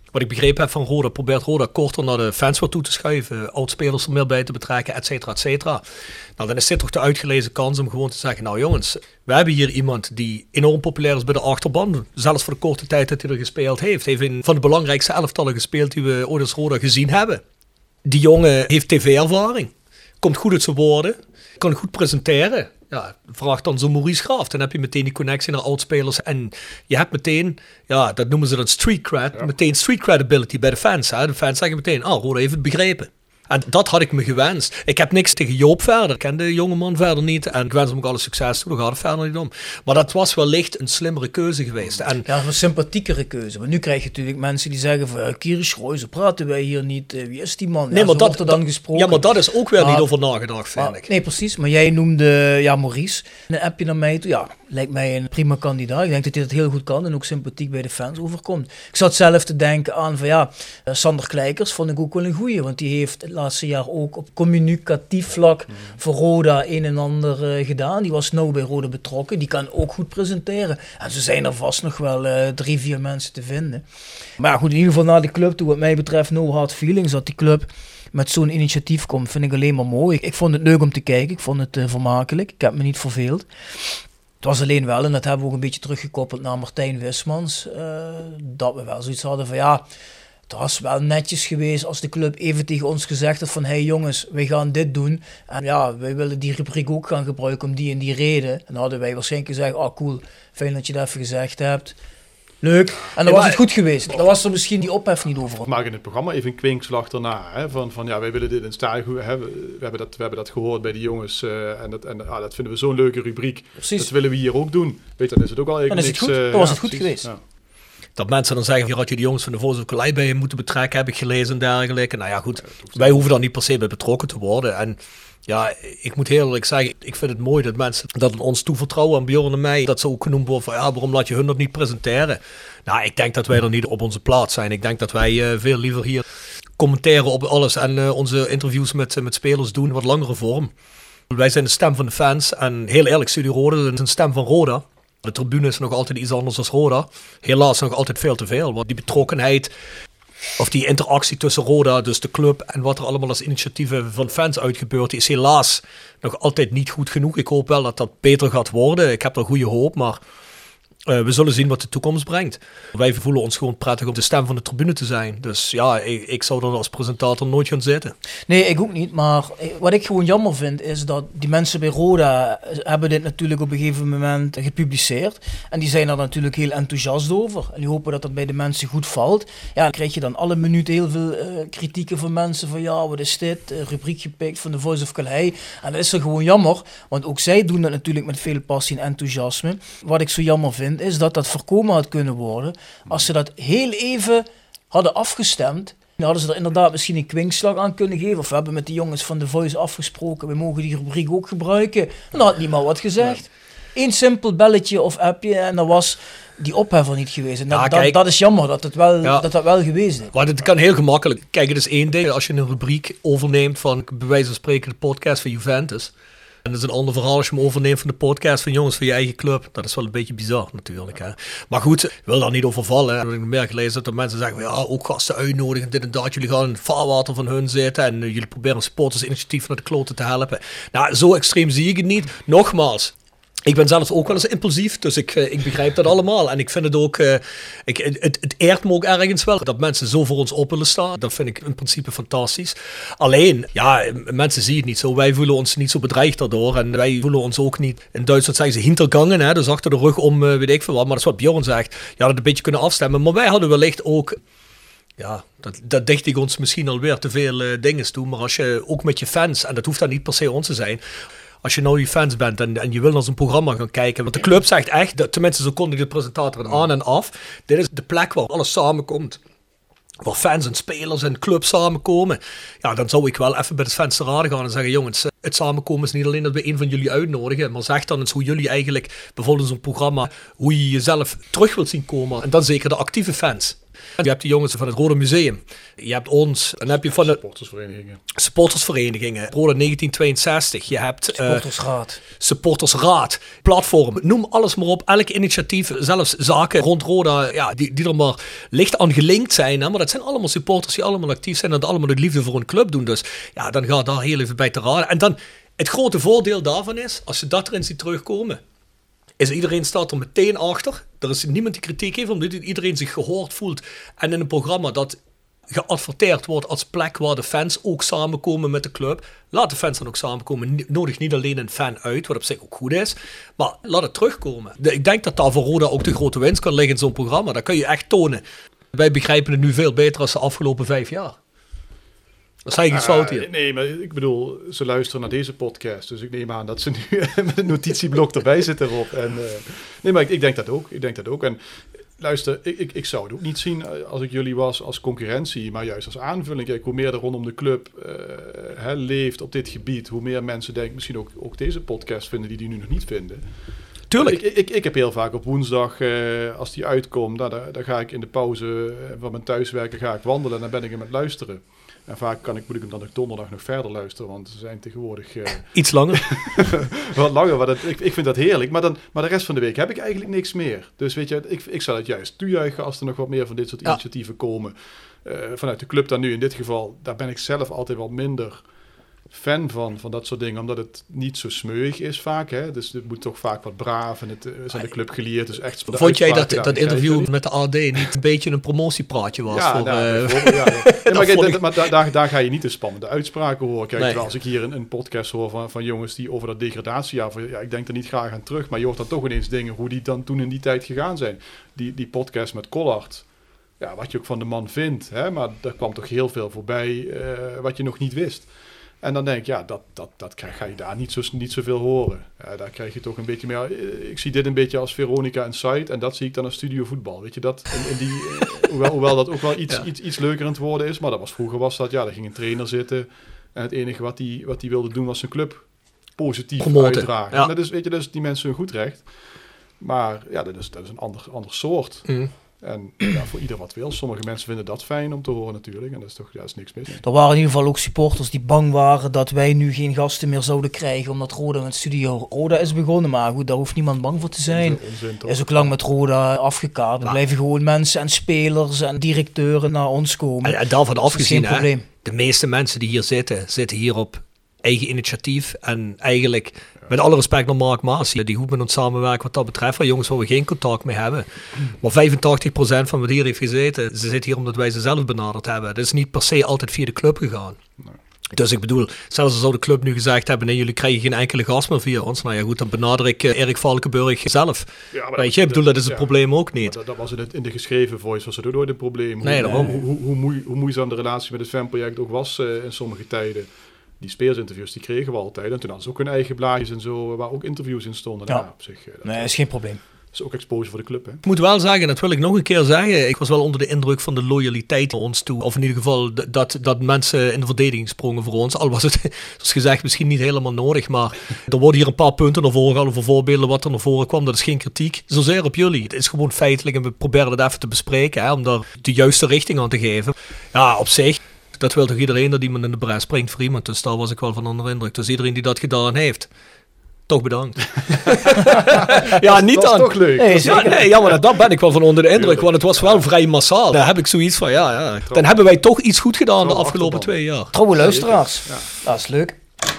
Wat ik begrepen heb van Roda, probeert Roda korter naar de fans weer toe te schuiven. Oudspelers er meer bij te betrekken, et cetera, et cetera. Nou, dan is dit toch de uitgelezen kans om gewoon te zeggen, nou jongens, we hebben hier iemand die enorm populair is bij de achterban. Zelfs voor de korte tijd dat hij er gespeeld heeft. Hij heeft een van de belangrijkste elftallen gespeeld die we ooit als Roda gezien hebben. Die jongen heeft tv-ervaring. Komt goed uit zijn woorden. Kan goed presenteren. Ja, vraag dan zo'n Maurice Graaf. Dan heb je meteen die connectie naar oudspelers. En je hebt meteen, ja, dat noemen ze dan street cred. Ja. Meteen street credibility bij de fans. Hè. De fans zeggen meteen, ah, Roda heeft het begrepen. En dat had ik me gewenst. Ik heb niks tegen Joop verder. Ik ken de jongeman verder niet. En ik wens hem ook alle succes toe. Daar gaat het verder niet om. Maar dat was wellicht een slimmere keuze geweest. En ja, een sympathiekere keuze. Want nu krijg je natuurlijk mensen die zeggen van... Kirish Roy, zo praten wij hier niet. Uh, wie is die man? Nee, ja, maar dat, wordt er dan gesproken. Ja, maar dat is ook weer maar, niet over nagedacht, vind maar, ik. Nee, precies. Maar jij noemde ja, Maurice. En een appje naar mij toe. Ja, lijkt mij een prima kandidaat. Ik denk dat hij dat heel goed kan. En ook sympathiek bij de fans overkomt. Ik zat zelf te denken aan van ja... Uh, Sander Kleikers vond ik ook wel een goeie. Want die heeft het laatste jaar ook op communicatief vlak mm. voor Roda een en ander uh, gedaan. Die was nauw bij Roda betrokken. Die kan ook goed presenteren. En zo zijn er vast nog wel uh, drie, vier mensen te vinden. Maar ja, goed, in ieder geval naar de club toe. Wat mij betreft, no hard feelings. Dat die club met zo'n initiatief komt, vind ik alleen maar mooi. Ik, ik vond het leuk om te kijken. Ik vond het uh, vermakelijk. Ik heb me niet verveeld. Het was alleen wel, en dat hebben we ook een beetje teruggekoppeld naar Martijn Wismans, uh, dat we wel zoiets hadden van ja... Het was wel netjes geweest als de club even tegen ons gezegd had van... Hé hey jongens, wij gaan dit doen. En ja, wij willen die rubriek ook gaan gebruiken om die en die reden. En dan hadden wij waarschijnlijk gezegd... Ah, cool, fijn dat je dat even gezegd hebt. Leuk. En dan ja, was het goed geweest. Dan was er misschien die ophef niet over. We maken in het programma even een kwinkslag daarna. Hè, van, van ja, wij willen dit in stadion. We, we, hebben dat, we hebben dat gehoord bij de jongens. Uh, en dat, en ah, dat vinden we zo'n leuke rubriek. Precies. Dat willen we hier ook doen. Weet je, dan is het ook al eigenlijk dan is niks... Het goed. Uh, dan was ja, het goed precies, geweest. Ja. Dat mensen dan zeggen, hier had je de jongens van de Voice of Calais bij je moeten betrekken, heb ik gelezen en dergelijke. Nou ja, goed, wij hoeven daar niet per se bij betrokken te worden. En ja, ik moet heel eerlijk zeggen, ik vind het mooi dat mensen dat aan ons toevertrouwen, aan Bjorn en mij, dat ze ook genoemd worden van, ja, waarom laat je hun dat niet presenteren? Nou, ik denk dat wij er niet op onze plaats zijn. Ik denk dat wij uh, veel liever hier commenteren op alles en uh, onze interviews met, uh, met spelers doen in wat langere vorm. Wij zijn de stem van de fans en heel eerlijk, Studio Roda is een stem van Roda. De tribune is nog altijd iets anders dan Roda. Helaas nog altijd veel te veel. Want die betrokkenheid of die interactie tussen Roda, dus de club en wat er allemaal als initiatieven van fans uitgebeurt, is helaas nog altijd niet goed genoeg. Ik hoop wel dat dat beter gaat worden. Ik heb er goede hoop, maar uh, we zullen zien wat de toekomst brengt. Wij voelen ons gewoon prettig om de stem van de tribune te zijn. Dus ja, ik, ik zou er als presentator nooit gaan zitten. Nee, ik ook niet. Maar wat ik gewoon jammer vind, is dat die mensen bij Roda hebben dit natuurlijk op een gegeven moment gepubliceerd. En die zijn er natuurlijk heel enthousiast over. En die hopen dat dat bij de mensen goed valt. Ja, dan krijg je dan alle minuten heel veel uh, kritieken van mensen van ja, wat is dit? Uh, rubriek gepikt van de Voice of Calais. En dat is er gewoon jammer. Want ook zij doen dat natuurlijk met veel passie en enthousiasme. Wat ik zo jammer vind, is dat dat voorkomen had kunnen worden als ze dat heel even hadden afgestemd. Dan hadden ze er inderdaad misschien een kwinkslag aan kunnen geven. Of we hebben met de jongens van The Voice afgesproken, we mogen die rubriek ook gebruiken. En dan had niemand wat gezegd. Eén simpel belletje of appje en dan was die ophef er niet geweest. En dat, ja, kijk, dat, dat is jammer dat het wel, ja, dat, dat wel geweest is. Maar het kan heel gemakkelijk. Kijk, het is één ding als je een rubriek overneemt van, bij wijze van spreken, de podcast van Juventus. En dat is een ander verhaal als je hem overneemt van de podcast van jongens van je eigen club. Dat is wel een beetje bizar natuurlijk. Hè. Maar goed, ik wil daar niet over vallen. En ik heb meer gelezen dat er mensen zeggen, ja, ook gasten uitnodigen, dit en dat. Jullie gaan in het vaarwater van hun zitten en uh, jullie proberen supportersinitiatief naar de kloten te helpen. Nou, zo extreem zie ik het niet. Nogmaals. Ik ben zelf ook wel eens impulsief, dus ik, ik begrijp dat allemaal. En ik vind het ook, uh, ik, het, het eert me ook ergens wel dat mensen zo voor ons op willen staan. Dat vind ik in principe fantastisch. Alleen, ja, mensen zien het niet zo. Wij voelen ons niet zo bedreigd daardoor. En wij voelen ons ook niet, in Duitsland zeggen ze hintergangen, hè, dus achter de rug om, uh, weet ik veel wat. Maar dat is wat Bjorn zegt. Ja, dat een beetje kunnen afstemmen. Maar wij hadden wellicht ook, ja, dat, dat dicht ik ons misschien alweer te veel uh, dingen toe. Maar als je ook met je fans, en dat hoeft dan niet per se ons te zijn, als je nou die fans bent en, en je wil naar zo'n programma gaan kijken. Want de club zegt echt, dat, tenminste zo kondigde de presentator het aan en af. Dit is de plek waar alles samenkomt. Waar fans en spelers en club samenkomen. Ja, dan zou ik wel even bij de fans te raden gaan en zeggen, jongens, het samenkomen is niet alleen dat we een van jullie uitnodigen. Maar zeg dan eens hoe jullie eigenlijk, bijvoorbeeld in zo'n programma, hoe je jezelf terug wilt zien komen. En dan zeker de actieve fans. Je hebt de jongens van het Rode Museum. Je hebt ons. En dan heb je van de supportersverenigingen. Supportersverenigingen. Rode negentien tweeënzestig. Je hebt Supportersraad. Uh, supportersraad. Platform. Noem alles maar op. Elk initiatief. Zelfs zaken rond Roda. Ja, die, die er maar licht aan gelinkt zijn. Hè? Maar dat zijn allemaal supporters die allemaal actief zijn. En dat allemaal de liefde voor een club doen. Dus ja, dan gaat daar heel even bij te raden. En dan het grote voordeel daarvan is. Als je dat erin ziet terugkomen. Is iedereen staat er meteen achter. Er is niemand die kritiek heeft, omdat iedereen zich gehoord voelt. En in een programma dat geadverteerd wordt als plek waar de fans ook samenkomen met de club. Laat de fans dan ook samenkomen. Nodig niet alleen een fan uit, wat op zich ook goed is. Maar laat het terugkomen. De, ik denk dat daar voor Roda ook de grote winst kan liggen in zo'n programma. Dat kan je echt tonen. Wij begrijpen het nu veel beter als de afgelopen vijf jaar. Dat is eigenlijk iets fout hier. Uh, nee, maar ik bedoel, ze luisteren naar deze podcast. Dus ik neem aan dat ze nu met een notitieblok erbij zitten, Rob. En, uh, nee, maar ik, ik denk dat ook. Ik denk dat ook. En luister, ik, ik, ik zou het ook niet zien als ik jullie was als concurrentie, maar juist als aanvulling. Kijk, hoe meer er rondom de club uh, hè, leeft op dit gebied, hoe meer mensen denken, misschien ook, ook deze podcast vinden die die nu nog niet vinden. Tuurlijk. Ik, ik, ik heb heel vaak op woensdag, uh, als die uitkomt, nou, dan, dan ga ik in de pauze van mijn thuiswerken ga ik wandelen en dan ben ik hem aan het luisteren. En vaak kan ik, moet ik hem dan ook donderdag nog verder luisteren, want ze zijn tegenwoordig... Uh, Iets langer. wat langer, maar dat, ik, ik vind dat heerlijk. Maar, dan, maar de rest van de week heb ik eigenlijk niks meer. Dus weet je, ik, ik zal het juist toejuichen als er nog wat meer van dit soort ja. initiatieven komen. Uh, vanuit de club dan nu in dit geval, daar ben ik zelf altijd wel minder fan van, van dat soort dingen, omdat het niet zo smeuig is vaak. Hè? Dus het moet toch vaak wat braaf en het uh, zijn de club geleerd. Dus echt Vond jij dat, dat interview met de A D niet een beetje een promotiepraatje was? Ja, voor, nou, uh, ja, ja. ja, maar, kijk, dat, maar da, daar, daar ga je niet de spannende uitspraken horen. Kijk, nee. Als ik hier een, een podcast hoor van, van jongens die over dat degradatiejaar, van, ja, ik denk er niet graag aan terug, maar je hoort dan toch ineens dingen, hoe die dan toen in die tijd gegaan zijn. Die, die podcast met Collard, ja, wat je ook van de man vindt, hè, maar er kwam toch heel veel voorbij uh, wat je nog niet wist. En dan denk ik, ja, dat, dat, dat krijg, ga je daar niet, zo, niet zoveel horen. Ja, daar krijg je toch een beetje meer... Ik zie dit een beetje als Veronica Inside en dat zie ik dan als Studio Voetbal. Weet je, dat... In, in die, uh, hoewel, hoewel dat ook wel iets, ja. iets, iets leuker aan het worden is, maar dat was, vroeger was dat, ja, daar ging een trainer zitten en het enige wat hij wat die wilde doen was zijn club positief Promoten. uitdragen. Ja. En dat is, weet je, dat is die mensen hun goed recht. Maar ja, dat is, dat is een ander, ander soort. Mm. En ja, voor ieder wat wil. Sommige mensen vinden dat fijn om te horen natuurlijk. En dat is toch ja, is niks mis. Er waren in ieder geval ook supporters die bang waren dat wij nu geen gasten meer zouden krijgen. Omdat Roda met Studio Roda is begonnen. Maar goed, daar hoeft niemand bang voor te zijn. Onzin, is ook lang met Roda afgekaart. Er ja. blijven gewoon mensen en spelers en directeuren naar ons komen. En, en daarvan afgezien, hè, de meeste mensen die hier zitten, zitten hier op eigen initiatief. En eigenlijk, ja. met alle respect naar Mark Maas, die goed met ons samenwerken wat dat betreft. Waar jongens waar we geen contact mee hebben. Maar vijfentachtig procent van wat hier heeft gezeten, ze zitten hier omdat wij ze zelf benaderd hebben. Dat is niet per se altijd via de club gegaan. Nee. Dus ik bedoel, zelfs als zou de club nu gezegd hebben, nee, jullie krijgen geen enkele gast meer via ons. Nou ja goed, dan benader ik uh, Erik Valkenburg zelf. Ja, Weet je, ik bedoel, dat is het ja, probleem ook niet. Dat, dat was in, het, in de geschreven voice, was het ook nooit een probleem. Hoe, nee, hoe, hoe, hoe, hoe, moe, hoe moeizaam de relatie met het fanproject ook was uh, in sommige tijden. Die spelersinterviews, die kregen we altijd. En toen hadden ze ook hun eigen blaadjes en zo, waar ook interviews in stonden. Ja. Nou, op zich, dat nee, is geen probleem. Dat is ook exposure voor de club, hè? Ik moet wel zeggen, dat wil ik nog een keer zeggen. Ik was wel onder de indruk van de loyaliteit naar ons toe. Of in ieder geval dat, dat mensen in de verdediging sprongen voor ons. Al was het, zoals gezegd, misschien niet helemaal nodig. Maar er worden hier een paar punten naar voren gehaald. Voor voorbeelden wat er naar voren kwam. Dat is geen kritiek. Zozeer op jullie. Het is gewoon feitelijk. En we proberen dat even te bespreken. Hè, om daar de juiste richting aan te geven. Ja, op zich. Dat wil toch iedereen dat iemand in de bres springt voor iemand. Dus daar was ik wel van onder indruk. Dus iedereen die dat gedaan heeft, toch bedankt. ja, niet dat dan. Dat is toch leuk. Nee, ja, nee, ja, maar daar ben ik wel van onder de indruk. Want het was wel vrij massaal. Daar heb ik zoiets van, ja, ja. Dan hebben wij toch iets goed gedaan de afgelopen twee jaar. Trouwe luisteraars. Ja. Dat is leuk.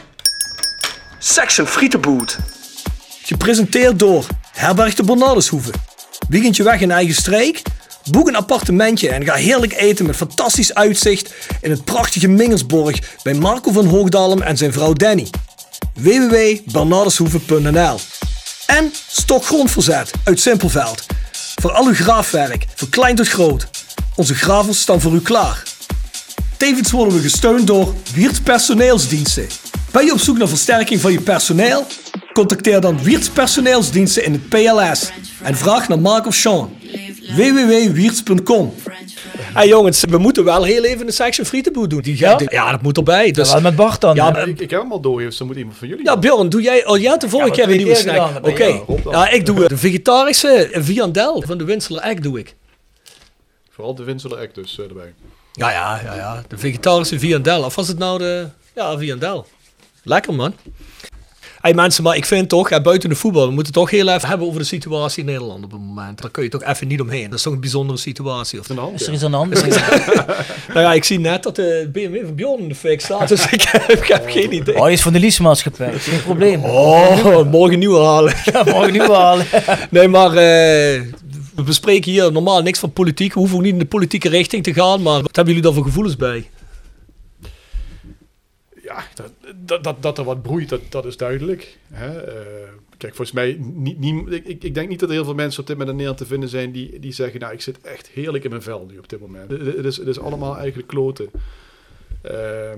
Section Frietenboot. Gepresenteerd door Herberg de Bernardeshoeve. Weekendje weg in eigen streek? Boek een appartementje en ga heerlijk eten met fantastisch uitzicht in het prachtige Mingersborg bij Marco van Hoogdalem en zijn vrouw Danny. w w w punt bernardeshoeve punt n l En Stokgrondverzet uit Simpelveld. Voor al uw graafwerk, van klein tot groot. Onze gravels staan voor u klaar. Tevens worden we gesteund door Wiertz Personeelsdiensten. Ben je op zoek naar versterking van je personeel? Contacteer dan Wiertz Personeelsdiensten in het P L S en vraag naar Mark of Sean. w w w punt wiertz punt com. Hey jongens, we moeten wel heel even een section Frietenboot doen. Die ja? Die, ja, dat moet erbij. Dus, ja, wel met Bart dan. Ja, ja, ik, ik heb hem al door, dus dan moet iemand van jullie. Ja, Bjorn, doe jij al ja, de vorige ja, keer een nieuwe snack? Oké, okay. ja, ja, ik doe de vegetarische viandel van de Winseler Egg doe ik. Vooral de Winsele Ek dus uh, erbij. Ja, ja, ja, ja. De vegetarische Viandel. Of was het nou de... Ja, Viandel. Lekker, man. Hey mensen, maar ik vind toch, hè, buiten de voetbal, we moeten het toch heel even hebben over de situatie in Nederland op het moment. Daar kun je toch even niet omheen. Dat is toch een bijzondere situatie. Of... Is er iets aan de hand? Nou ja, ik zie net dat de B M W van Bjorn in de fik staat, dus ik heb, ik heb geen idee. Oh, die is van de leasemaatschappij, geen probleem. Oh, morgen nieuwe halen. Ja, morgen nieuwe halen. Nee, maar uh, we bespreken hier normaal niks van politiek. We hoeven ook niet in de politieke richting te gaan, maar wat hebben jullie daar voor gevoelens bij? Ja, dat, dat, dat, dat er wat broeit, dat, dat is duidelijk. Hè? Uh, kijk, volgens mij, niet, niet, ik, ik denk niet dat er heel veel mensen op dit moment in Nederland te vinden zijn die, die zeggen, nou, ik zit echt heerlijk in mijn vel nu op dit moment. Het, het, is, het is allemaal eigenlijk kloten. Uh,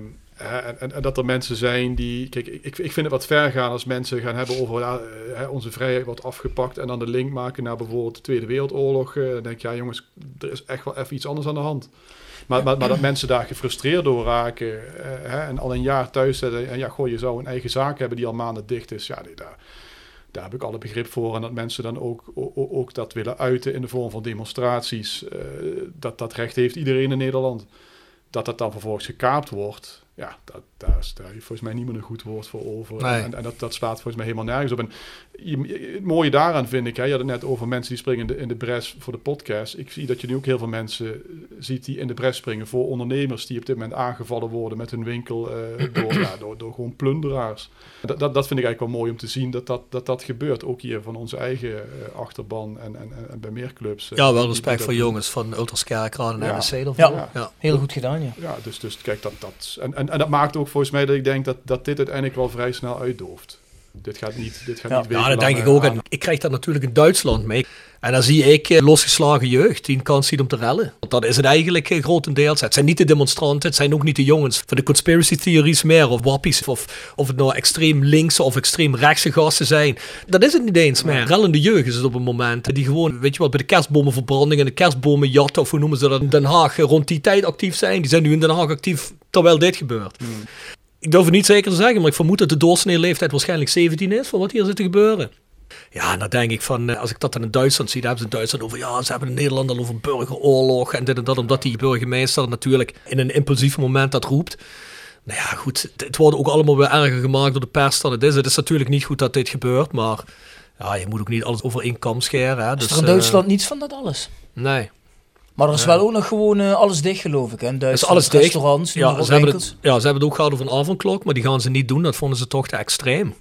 en, en, en dat er mensen zijn die... Kijk, ik, ik vind het wat ver gaan als mensen gaan hebben over uh, onze vrijheid wordt afgepakt en dan de link maken naar bijvoorbeeld de Tweede Wereldoorlog. Uh, dan denk ik, ja jongens, er is echt wel even iets anders aan de hand. Maar, maar, maar dat mensen daar gefrustreerd door raken uh, hè, en al een jaar thuis zitten en ja, goh, je zou een eigen zaak hebben die al maanden dicht is. Ja, nee, daar, daar heb ik alle begrip voor. En dat mensen dan ook, ook, ook dat willen uiten in de vorm van demonstraties. Uh, dat, dat recht heeft iedereen in Nederland. Dat dat dan vervolgens gekaapt wordt, ja, dat, daar is daar volgens mij niet meer een goed woord voor over. Nee. En, en dat, dat slaat volgens mij helemaal nergens op. En je, het mooie daaraan vind ik, hè, je had het net over mensen die springen in de, in de bres voor de podcast. Ik zie dat je nu ook heel veel mensen ziet die in de bres springen voor ondernemers die op dit moment aangevallen worden met hun winkel uh, door, ja, door, door gewoon plunderaars. Dat, dat, dat vind ik eigenlijk wel mooi om te zien dat dat, dat, dat gebeurt. Ook hier van onze eigen uh, achterban en, en, en bij meer clubs. Uh, ja, wel respect voor jongens van Ultras Kerkrade en ja. N S C. Ja, ja. ja, heel goed gedaan, ja. Ja, dus, dus kijk, dat, dat, en, en, en dat maakt ook volgens mij dat ik denk dat, dat dit uiteindelijk wel vrij snel uitdooft. Dit gaat niet, dit gaat ja. niet Ja, dat denk ik ook. En ik krijg dat natuurlijk in Duitsland mee. En dan zie ik eh, losgeslagen jeugd die een kans ziet om te rellen. Want dat is het eigenlijk eh, grotendeels. Het zijn niet de demonstranten, het zijn ook niet de jongens van de conspiracy theories meer, of wappies, of, of het nou extreem linkse of extreem rechtse gasten zijn. Dat is het niet eens meer. Rellende jeugd is het op een moment. Die gewoon, weet je wat, bij de kerstbomenverbranding en de kerstbomenjatten, of hoe noemen ze dat in Den Haag, rond die tijd actief zijn. Die zijn nu in Den Haag actief terwijl dit gebeurt. Hmm. Ik durf het niet zeker te zeggen, maar ik vermoed dat de doorsnee leeftijd waarschijnlijk zeventien is, van wat hier zit te gebeuren. Ja, dan denk ik van, als ik dat dan in Duitsland zie, dan hebben ze in Duitsland over, ja, ze hebben in Nederland al over burgeroorlog en dit en dat, omdat die burgemeester natuurlijk in een impulsief moment dat roept. Nou ja, goed, het wordt ook allemaal weer erger gemaakt door de pers dan het is. Het is natuurlijk niet goed dat dit gebeurt, maar ja, je moet ook niet alles over één kam scheren. Hè. Is dus, er in Duitsland uh, niets van dat alles? Nee. Maar er is ja. wel ook nog gewoon uh, alles dicht, geloof ik. Hè? In Duitsland, alles dicht. Restaurants, ja, ze hebben, het, ja, ze hebben het ook gehad over een avondklok, maar die gaan ze niet doen. Dat vonden ze toch te extreem.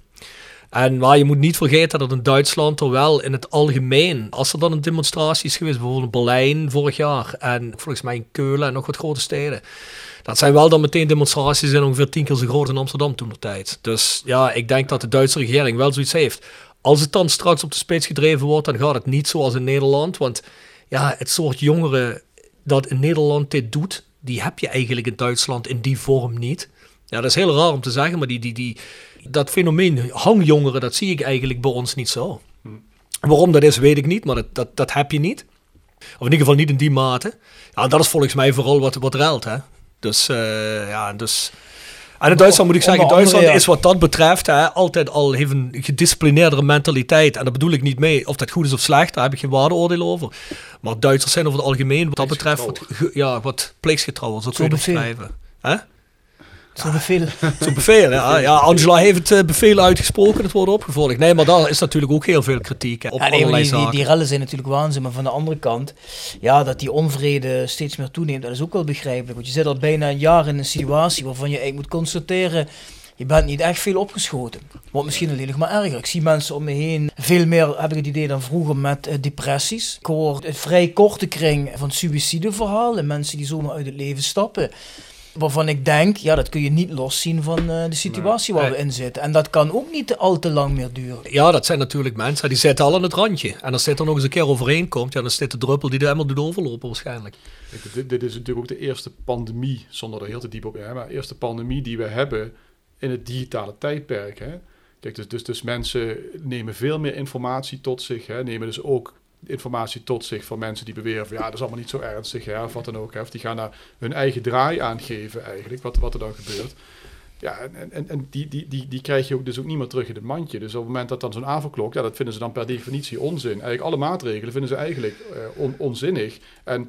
En maar je moet niet vergeten dat in Duitsland er wel in het algemeen, als er dan een demonstratie is geweest, bijvoorbeeld in Berlijn vorig jaar en volgens mij in Keulen en nog wat grote steden. Dat zijn wel dan meteen demonstraties die zijn ongeveer tien keer zo groot in Amsterdam toen de tijd. Dus ja, ik denk dat de Duitse regering wel zoiets heeft. Als het dan straks op de spits gedreven wordt, dan gaat het niet zoals in Nederland. Want ja, het soort jongeren dat in Nederland dit doet, die heb je eigenlijk in Duitsland in die vorm niet. Ja, dat is heel raar om te zeggen, maar die, die, die, dat fenomeen hangjongeren, dat zie ik eigenlijk bij ons niet zo. Hmm. Waarom dat is, weet ik niet, maar dat, dat, dat heb je niet. Of in ieder geval niet in die mate. Ja, dat is volgens mij vooral wat, wat ruilt, hè. Dus, uh, ja, dus... En in Duitsland moet ik zeggen, Duitsland andere, ja. is wat dat betreft hè, altijd al heeft een gedisciplineerdere mentaliteit. En daar bedoel ik niet mee of dat goed is of slecht, daar heb ik geen waardeoordeel over. Maar Duitsers zijn over het algemeen wat dat betreft wat, ja, wat pleegsgetrouw, zo kun je het schrijven. Hè? Zo'n bevel. Zo'n bevel, ja. ja. Angela heeft het bevel uitgesproken, het wordt opgevolgd. Nee, maar daar is natuurlijk ook heel veel kritiek hè, op ja, nee, allerlei die, zaken. Die, die rellen zijn natuurlijk waanzin, maar van de andere kant, ja, dat die onvrede steeds meer toeneemt, dat is ook wel begrijpelijk. Want je zit al bijna een jaar in een situatie waarvan je eigenlijk moet constateren, je bent niet echt veel opgeschoten. Wordt misschien alleen nog maar erger. Ik zie mensen om me heen, veel meer heb ik het idee dan vroeger met uh, depressies. Ik hoor een vrij korte kring van suïcideverhalen, mensen die zomaar uit het leven stappen. Waarvan ik denk, ja, dat kun je niet loszien van uh, de situatie nee, waar nee. we in zitten. En dat kan ook niet al te lang meer duren. Ja, dat zijn natuurlijk mensen, die zitten al aan het randje. En als dit er nog eens een keer overheen komt, ja, dan is dit de druppel die er helemaal doet overlopen waarschijnlijk. Kijk, dit, dit is natuurlijk ook de eerste pandemie, zonder er heel te diep op in te gaan, maar de eerste pandemie die we hebben in het digitale tijdperk. Hè. Kijk, dus, dus, dus mensen nemen veel meer informatie tot zich, hè, nemen dus ook informatie tot zich van mensen die beweren van ja, dat is allemaal niet zo ernstig, hè, of wat dan ook. Hè, of die gaan daar hun eigen draai aangeven eigenlijk, wat, wat er dan gebeurt. Ja, en, en, en die, die, die, die krijg je ook dus ook niet meer terug in het mandje. Dus op het moment dat dan zo'n avondklok, ja, dat vinden ze dan per definitie onzin. Eigenlijk alle maatregelen vinden ze eigenlijk uh, on, onzinnig. En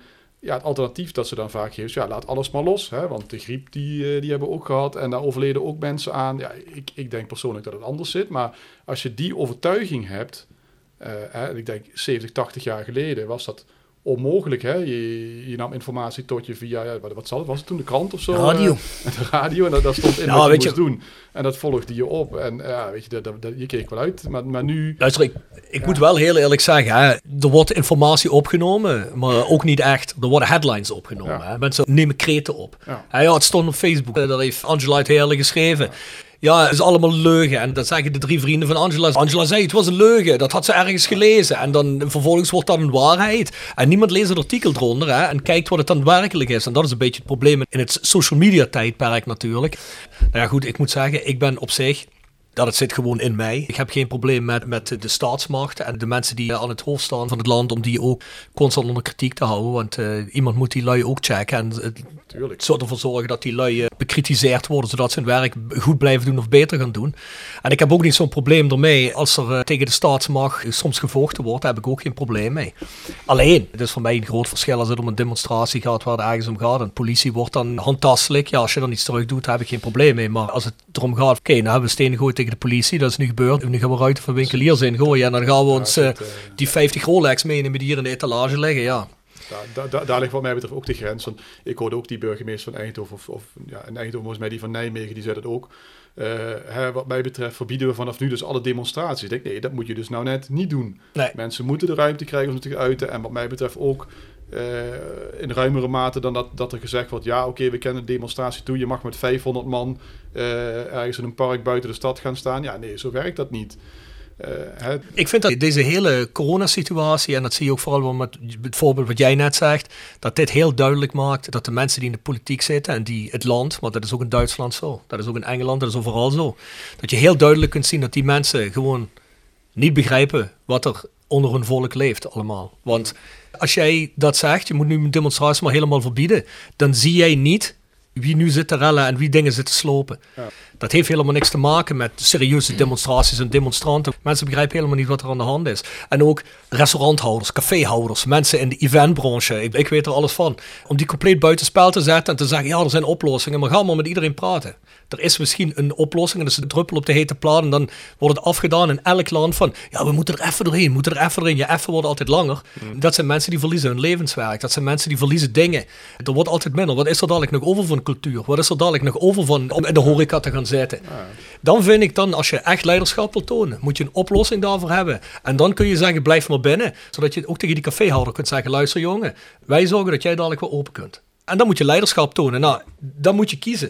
ja, het alternatief dat ze dan vaak geven is, ja, laat alles maar los. Hè? Want de griep, die, die hebben we ook gehad. En daar overleden ook mensen aan. Ja, ik, ik denk persoonlijk dat het anders zit. Maar als je die overtuiging hebt, uh, hè, ik denk zeventig, tachtig jaar geleden was dat onmogelijk. Hè? Je, je nam informatie tot je via, ja, wat, wat zal het, was het toen, de krant of zo? Radio. Uh, de radio, en dat, dat stond in nou, wat je weet moest je, doen. En dat volgde je op. En ja, weet je, dat, dat, dat, je keek wel uit. Maar, maar nu... Luister, ik, ik ja. moet wel heel eerlijk zeggen, hè, er wordt informatie opgenomen, maar ook niet echt. Er worden headlines opgenomen. Ja. Hè. Mensen nemen kreten op. Ja. Ja, ja, het stond op Facebook, dat heeft Angela het Heerlijk geschreven. Ja. Ja, het is allemaal leugen. En dat zeggen de drie vrienden van Angela. Angela zei, het was een leugen. Dat had ze ergens gelezen. En dan vervolgens wordt dat een waarheid. En niemand leest het artikel eronder, hè, en kijkt wat het dan werkelijk is. En dat is een beetje het probleem in het social media tijdperk natuurlijk. Nou ja, goed, ik moet zeggen, ik ben op zich... Dat het zit gewoon in mij. Ik heb geen probleem met, met de staatsmacht en de mensen die aan het hoofd staan van het land, om die ook constant onder kritiek te houden. Want uh, iemand moet die lui ook checken en uh, Tuurlijk. Zo ervoor zorgen dat die lui uh, bekritiseerd worden, zodat ze hun werk goed blijven doen of beter gaan doen. En ik heb ook niet zo'n probleem ermee als er uh, tegen de staatsmacht soms gevochten wordt, daar heb ik ook geen probleem mee. Alleen, het is voor mij een groot verschil als het om een demonstratie gaat waar het ergens om gaat en de politie wordt dan handtastelijk. Ja, als je dan iets terug doet, daar heb ik geen probleem mee. Maar als het erom gaat, oké, okay, nou hebben we stenen gegooid tegen de politie, dat is nu gebeurd. Nu gaan we ruiten van winkeliers in gooien en dan gaan we ons uh, die vijftig Rolex meenemen die hier in de etalage liggen, ja. Daar, daar, daar ligt wat mij betreft ook de grens. Want ik hoorde ook die burgemeester van Eindhoven, of, of ja, in Eindhoven volgens mij die van Nijmegen, die zei dat ook. Uh, hè, wat mij betreft verbieden we vanaf nu dus alle demonstraties. Ik denk, nee, dat moet je dus nou net niet doen. Nee. Mensen moeten de ruimte krijgen om te uiten. En wat mij betreft ook uh, in ruimere mate dan dat, dat er gezegd wordt, ja, oké, okay, we kennen de demonstratie toe. Je mag met vijfhonderd man uh, ergens in een park buiten de stad gaan staan. Ja, nee, zo werkt dat niet. Uh, het... Ik vind dat deze hele coronasituatie, en dat zie je ook vooral wel met het voorbeeld wat jij net zegt, dat dit heel duidelijk maakt dat de mensen die in de politiek zitten en die het land, want dat is ook in Duitsland zo, dat is ook in Engeland, dat is overal zo, dat je heel duidelijk kunt zien dat die mensen gewoon niet begrijpen wat er onder hun volk leeft allemaal. Want als jij dat zegt, je moet nu een demonstratie maar helemaal verbieden, dan zie jij niet wie nu zit te rellen en wie dingen zit te slopen. Ja. Dat heeft helemaal niks te maken met serieuze demonstraties en demonstranten. Mensen begrijpen helemaal niet wat er aan de hand is. En ook restauranthouders, caféhouders, mensen in de eventbranche, ik, ik weet er alles van. Om die compleet buitenspel te zetten en te zeggen, ja, er zijn oplossingen, maar ga maar met iedereen praten. Er is misschien een oplossing en dat is een druppel op de hete plaat en dan wordt het afgedaan in elk land van, ja, we moeten er even doorheen, we moeten er even doorheen. Ja, even wordt altijd langer. Mm. Dat zijn mensen die verliezen hun levenswerk. Dat zijn mensen die verliezen dingen. Er wordt altijd minder. Wat is er dadelijk nog over van cultuur? Wat is er dadelijk nog over van om in de horeca te gaan zitten? Ja. Dan vind ik dan, als je echt leiderschap wil tonen, moet je een oplossing daarvoor hebben. En dan kun je zeggen, blijf maar binnen. Zodat je ook tegen die caféhouder kunt zeggen, luister jongen, wij zorgen dat jij dadelijk weer open kunt. En dan moet je leiderschap tonen. Nou, dan moet je kiezen.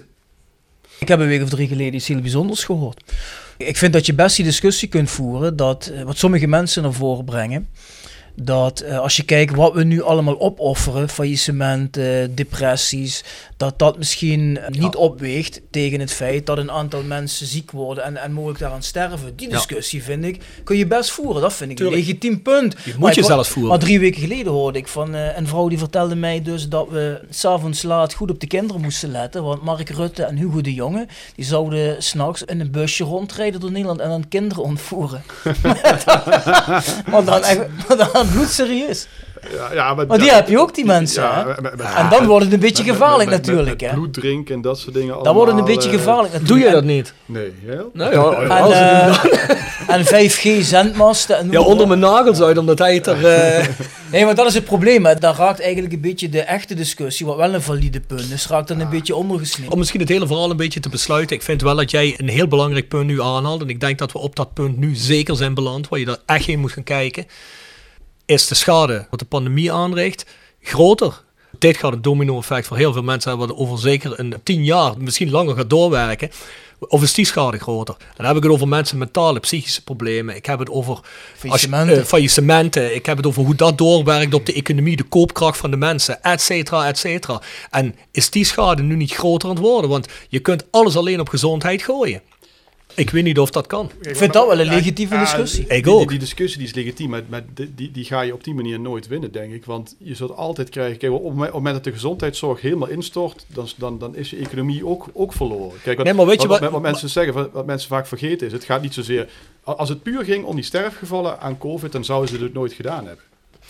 Ik heb een week of drie geleden iets heel bijzonders gehoord. Ik vind dat je best die discussie kunt voeren, dat wat sommige mensen naar voren brengen, dat uh, als je kijkt wat we nu allemaal opofferen, faillissement, uh, depressies, dat dat misschien niet ja. opweegt tegen het feit dat een aantal mensen ziek worden en, en mogelijk daaraan sterven. Die discussie, ja. vind ik, kun je best voeren. Dat vind ik Tuurlijk. een legitiem punt. Die moet je zelfs voeren. Maar drie weken geleden hoorde ik van uh, een vrouw die vertelde mij dus dat we 's avonds laat goed op de kinderen moesten letten, want Mark Rutte en Hugo de Jonge, die zouden 's nachts in een busje rondrijden door Nederland en dan kinderen ontvoeren. Want dan echt, dan bloedserieus. Ja, ja, maar, maar die ja, heb je ook, die mensen. Ja, met, met, en dan wordt het een beetje met, gevaarlijk met, met, natuurlijk. Met, met bloed drinken en dat soort dingen allemaal. Dan wordt het een beetje gevaarlijk natuurlijk. Doe je dat niet? Nee. Ja? Nee ja, en, uh, en vijf G zendmasten. En ja, onder mijn nagels uit, omdat hij het er... Uh... Nee, maar dat is het probleem. Hè. Daar raakt eigenlijk een beetje de echte discussie, wat wel een valide punt is, raakt dan een ah. beetje ondergesneden. Om misschien het hele verhaal een beetje te besluiten. Ik vind wel dat jij een heel belangrijk punt nu aanhaalt. En ik denk dat we op dat punt nu zeker zijn beland, waar je daar echt in moet gaan kijken. Is de schade wat de pandemie aanricht groter? Dit gaat een domino-effect voor heel veel mensen hebben, wat over zeker een tien jaar, misschien langer gaat doorwerken. Of is die schade groter? Dan heb ik het over mensen met mentale, psychische problemen. Ik heb het over faillissementen. Uh, faillissementen. Ik heb het over hoe dat doorwerkt op de economie, de koopkracht van de mensen, et cetera, et cetera. En is die schade nu niet groter aan het worden? Want je kunt alles alleen op gezondheid gooien. Ik weet niet of dat kan. Ik vind dat wel een legitieme discussie. Ja, ik die, ook. Die, die discussie die is legitiem, maar, maar die, die ga je op die manier nooit winnen, denk ik. Want je zult altijd krijgen... Kijk, op het moment dat de gezondheidszorg helemaal instort, dan, dan, dan is je economie ook, ook verloren. Kijk, wat, nee, maar weet je wat, wat, wat, wat mensen zeggen, wat, wat mensen vaak vergeten is, het gaat niet zozeer... Als het puur ging om die sterfgevallen aan COVID, dan zouden ze het nooit gedaan hebben.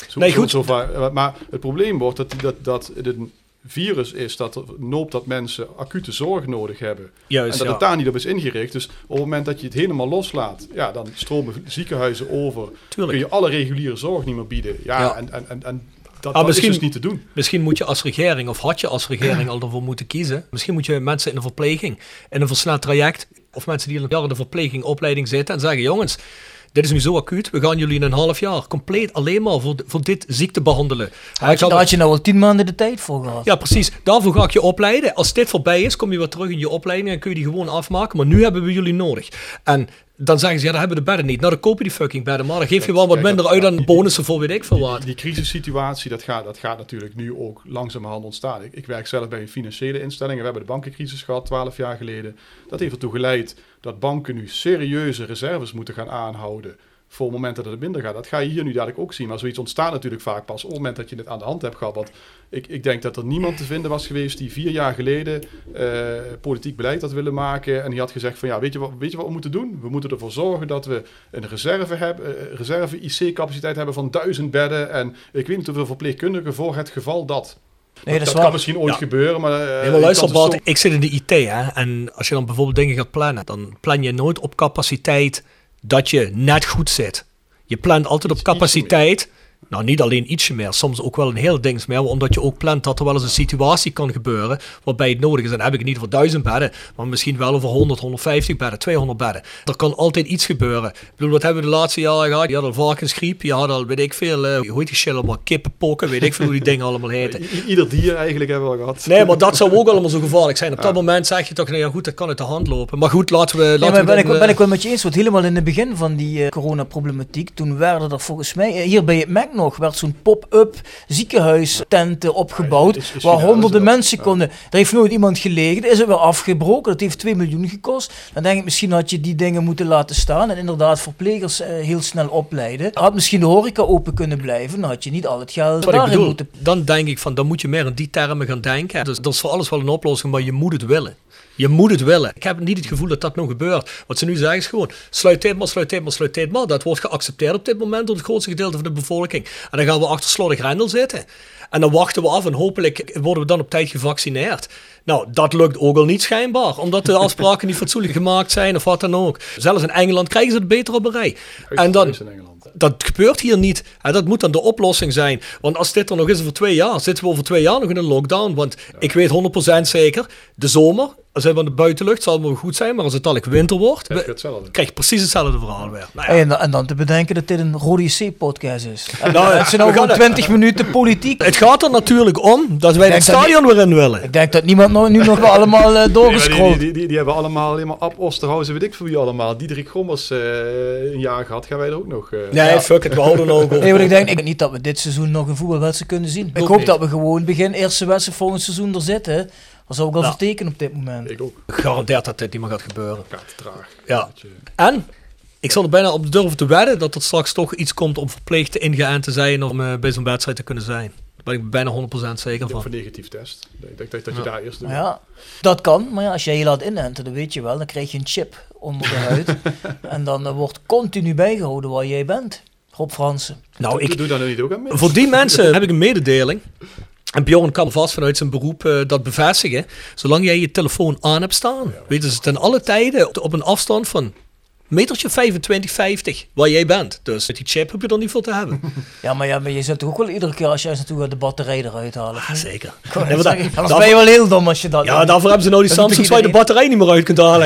Zo, Nee, zo, goed. zo vaak. Maar het probleem wordt dat, dat, dat het een virus is dat er noopt dat mensen acute zorg nodig hebben. Juist, en dat ja. het daar niet op is ingericht. Dus op het moment dat je het helemaal loslaat, ja, dan stromen ziekenhuizen over. Tuurlijk. Kun je alle reguliere zorg niet meer bieden. Ja, Ja. en, en, en, en dat, Ah, dat misschien- is dus niet te doen. Misschien moet je als regering, of had je als regering al ervoor moeten kiezen. Misschien moet je mensen in de verpleging, in een versneld traject, of mensen die al jaren in de verpleging, opleiding zitten en zeggen, jongens, dit is nu zo acuut, we gaan jullie in een half jaar compleet alleen maar voor, voor dit ziekte behandelen. Daar had, je, daar had je nou al tien maanden de tijd voor gehad. Ja, precies. Daarvoor ga ik je opleiden. Als dit voorbij is, kom je weer terug in je opleiding en kun je die gewoon afmaken. Maar nu hebben we jullie nodig. En dan zeggen ze, ja, dan hebben we de bedden niet. Nou, dan kopen die fucking bedden. Maar dan geef je wel wat Kijk, minder dat- uit ja, aan die- bonussen voor weet ik veel Die, wat. die, die crisissituatie, dat gaat, dat gaat natuurlijk nu ook langzamerhand ontstaan. Ik, ik werk zelf bij een financiële instelling. We hebben de bankencrisis gehad, twaalf jaar geleden. Dat heeft ertoe geleid dat banken nu serieuze reserves moeten gaan aanhouden voor het moment dat het minder gaat. Dat ga je hier nu dadelijk ook zien. Maar zoiets ontstaat natuurlijk vaak pas op het moment dat je het aan de hand hebt gehad. Want ik, ik denk dat er niemand te vinden was geweest die vier jaar geleden uh, politiek beleid had willen maken. En die had gezegd van ja, weet je, wat, weet je wat we moeten doen? We moeten ervoor zorgen dat we een reserve, hebben, uh, reserve I C-capaciteit hebben van duizend bedden. En ik weet niet hoeveel verpleegkundigen voor het geval dat. Nee, dat dat is kan waar. misschien ooit Ja. gebeuren, maar... Uh, Nee, maar luister, die kans is Bart, ik zit in de I T, hè. En als je dan bijvoorbeeld dingen gaat plannen, dan plan je nooit op capaciteit dat je net goed zit. Je plant altijd op Iets- ietsje capaciteit, nou niet alleen ietsje meer, soms ook wel een heel ding meer, omdat je ook plant dat er wel eens een situatie kan gebeuren waarbij het nodig is. En dan heb ik het niet over duizend bedden, maar misschien wel over honderd, honderdvijftig bedden, tweehonderd bedden. Er kan altijd iets gebeuren. Ik bedoel, wat hebben we de laatste jaren gehad? Je had al varkensgriep, je had al, weet ik veel, uh, hoe heet die shit allemaal, kippenpokken, weet ik veel hoe die dingen allemaal heten. I- i- ieder dier eigenlijk hebben we al gehad. Nee, maar dat zou ook allemaal zo gevaarlijk zijn. Op dat Ja. moment zeg je toch, nou ja goed, dat kan uit de hand lopen. Maar goed, laten we... Laten Nee, maar we ben, ik, dan, ben eh, ik wel met je eens, want helemaal in het begin van die uh, coronaproblematiek, toen werden er volgens mij, uh, hier bij het M A C nog, werd zo'n pop-up ziekenhuistenten opgebouwd, Ja, is- is waar China, honderden is dat? mensen Ja. konden, daar heeft nooit iemand gelegen, dat is er weer afgebroken, dat heeft twee miljoen gekost. Dan denk ik, misschien had je die dingen moeten laten staan en inderdaad verplegers uh, heel snel opleiden. Had misschien de horeca open kunnen blijven, dan had je niet al het geld Wat ik daarin bedoel, moeten... dan denk ik van, dan moet je meer in die termen gaan denken. Dus dat is voor alles wel een oplossing, maar je moet het willen. Je moet het willen. Ik heb niet het gevoel dat dat nog gebeurt. Wat ze nu zeggen is gewoon, sluit dit maar, sluit dit maar, sluit dit maar. Dat wordt geaccepteerd op dit moment door het grootste gedeelte van de bevolking. En dan gaan we achter slot en grendel zitten. En dan wachten we af en hopelijk worden we dan op tijd gevaccineerd. Nou, dat lukt ook al niet schijnbaar. Omdat de afspraken niet fatsoenlijk gemaakt zijn of wat dan ook. Zelfs in Engeland krijgen ze het beter op een rij. En dan... in Engeland. Dat gebeurt hier niet. En dat moet dan de oplossing zijn. Want als dit er nog is over twee jaar, zitten we over twee jaar nog in een lockdown. Want ja. ik weet honderd procent zeker, de zomer, als we aan de buitenlucht, zal het wel goed zijn. Maar als het dadelijk winter wordt, Krijg je hetzelfde. krijg je precies hetzelfde verhaal weer. Nou ja. En, en dan te bedenken dat dit een Rode C-podcast is. Nou, Het zijn nou we gewoon gaan- twintig minuten politiek. Het gaat er natuurlijk om dat wij Ik het denk dat stadion weer in willen. Ik denk dat niemand nou, nu nog wel allemaal uh, Nee, maar doorgescrollt. die, die, die, die hebben allemaal alleen maar Ab Osterhausen, weet ik veel wie allemaal. Diederik Gommers uh, een jaar gehad, gaan wij er ook nog. Uh, Nee, Ja. fuck het, we houden ook over. Nee, want ik denk ik, niet dat we dit seizoen nog een voetbalwedstrijd kunnen zien. Ik Ook hoop niet. dat we gewoon begin eerste wedstrijd volgend seizoen er zitten. Dat zou ik al Ja. vertekenen op dit moment. Ik ook. Gegarandeerd dat dit niet meer gaat gebeuren. Gaat te traag. Ja. Dat je- En ik zal er bijna op durven te wedden dat er straks toch iets komt om verpleegd ingeënt te zijn om uh, bij zo'n wedstrijd te kunnen zijn. Daar ben ik bijna honderd procent zeker Of van. een negatief test. Ik denk dat, dat je Ja. daar eerst doet. Maar ja, dat kan. Maar ja, als jij je laat inenten, dan weet je wel. Dan krijg je een chip onder de huid. En dan uh, wordt continu bijgehouden waar jij bent. Rob Fransen. Nou, Doe- ik, Doe daar nou niet ook aan mee? voor die mensen heb ik een mededeling. En Bjorn kan vast vanuit zijn beroep uh, dat bevestigen. Zolang jij je telefoon aan hebt staan, weten ze ten alle tijden op, op een afstand van metertje vijfentwintig, vijftig, waar jij bent. Dus met die chip heb je er niet veel te hebben. Ja, maar, ja, maar je zult toch ook wel iedere keer als je naartoe gaat de batterij eruit halen. Ah, zeker. Ik wou Nee, net maar zeggen, da- Anders ben je wel heel dom als je dat Ja, doet. daarvoor hebben ze nou die Dat doet Samsungs waar je de iedereen. batterij niet meer uit kunt halen.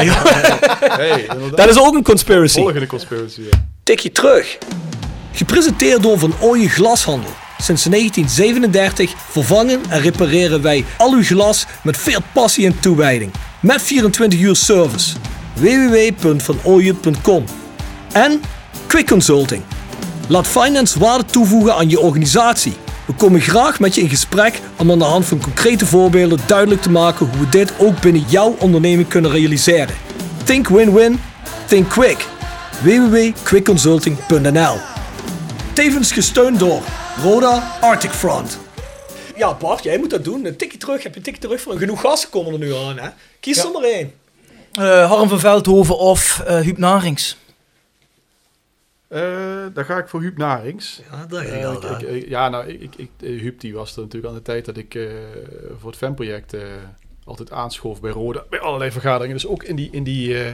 Hey, inderdaad. Dat is ook een conspiracy. Volgende conspiracy. Ja. Tikje terug. Gepresenteerd door Van Ooyen Glashandel. Sinds negentien zevenendertig vervangen en repareren wij al uw glas met veel passie en toewijding. Met vierentwintig uur service. w w w punt van ooyen punt com. En Quick Consulting. Laat finance waarde toevoegen aan je organisatie. We komen graag met je in gesprek om aan de hand van concrete voorbeelden duidelijk te maken hoe we dit ook binnen jouw onderneming kunnen realiseren. Think win-win, think quick. w w w punt quick consulting punt n l. Tevens gesteund door Roda Arctic Front. Ja Bart, jij moet dat doen. Een tikje terug, heb je een tikje terug voor genoeg gasten komen er nu aan. Hè? Kies Ja. er maar één. Uh, Harm van Veldhoven of uh, Huub Narings. Uh, dan ga ik voor Huub Narings. Ja, dat uh, al, ik, ik, ja, nou, ik, ik, uh, Huub die was er natuurlijk aan de tijd dat ik uh, voor het fanproject uh, altijd aanschoof bij Roda. Bij allerlei vergaderingen. Dus ook in die, in die uh,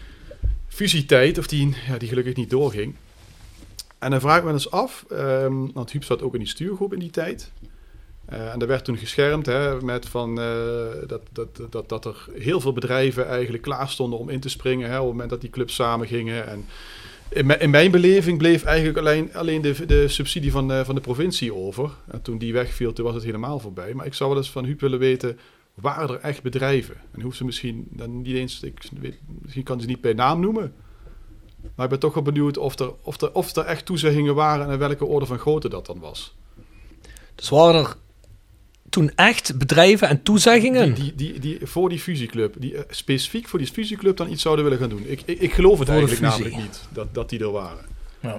fusietijd, of die, ja, die gelukkig niet doorging. En dan vraag ik me eens af, um, want Huub zat ook in die stuurgroep in die tijd. Uh, en daar werd toen geschermd hè, met van, uh, dat, dat, dat, dat er heel veel bedrijven eigenlijk klaar stonden om in te springen. Hè, op het moment dat die clubs samen gingen. En in, m- in mijn beleving bleef eigenlijk alleen, alleen de, de subsidie van, uh, van de provincie over. En toen die wegviel, toen was het helemaal voorbij. Maar ik zou wel eens van Huub willen weten, waren er echt bedrijven? En hoeft ze misschien dan niet eens, ik weet, misschien kan ze niet bij naam noemen. Maar ik ben toch wel benieuwd of er, of er, of er echt toezeggingen waren en in welke orde van grootte dat dan was. Dus waren er toen echt bedrijven en toezeggingen? Die, die, die, die voor die fusieclub, die uh, specifiek voor die fusieclub dan iets zouden willen gaan doen. Ik, ik, ik geloof het voor eigenlijk namelijk niet, dat, dat die er waren. Ja.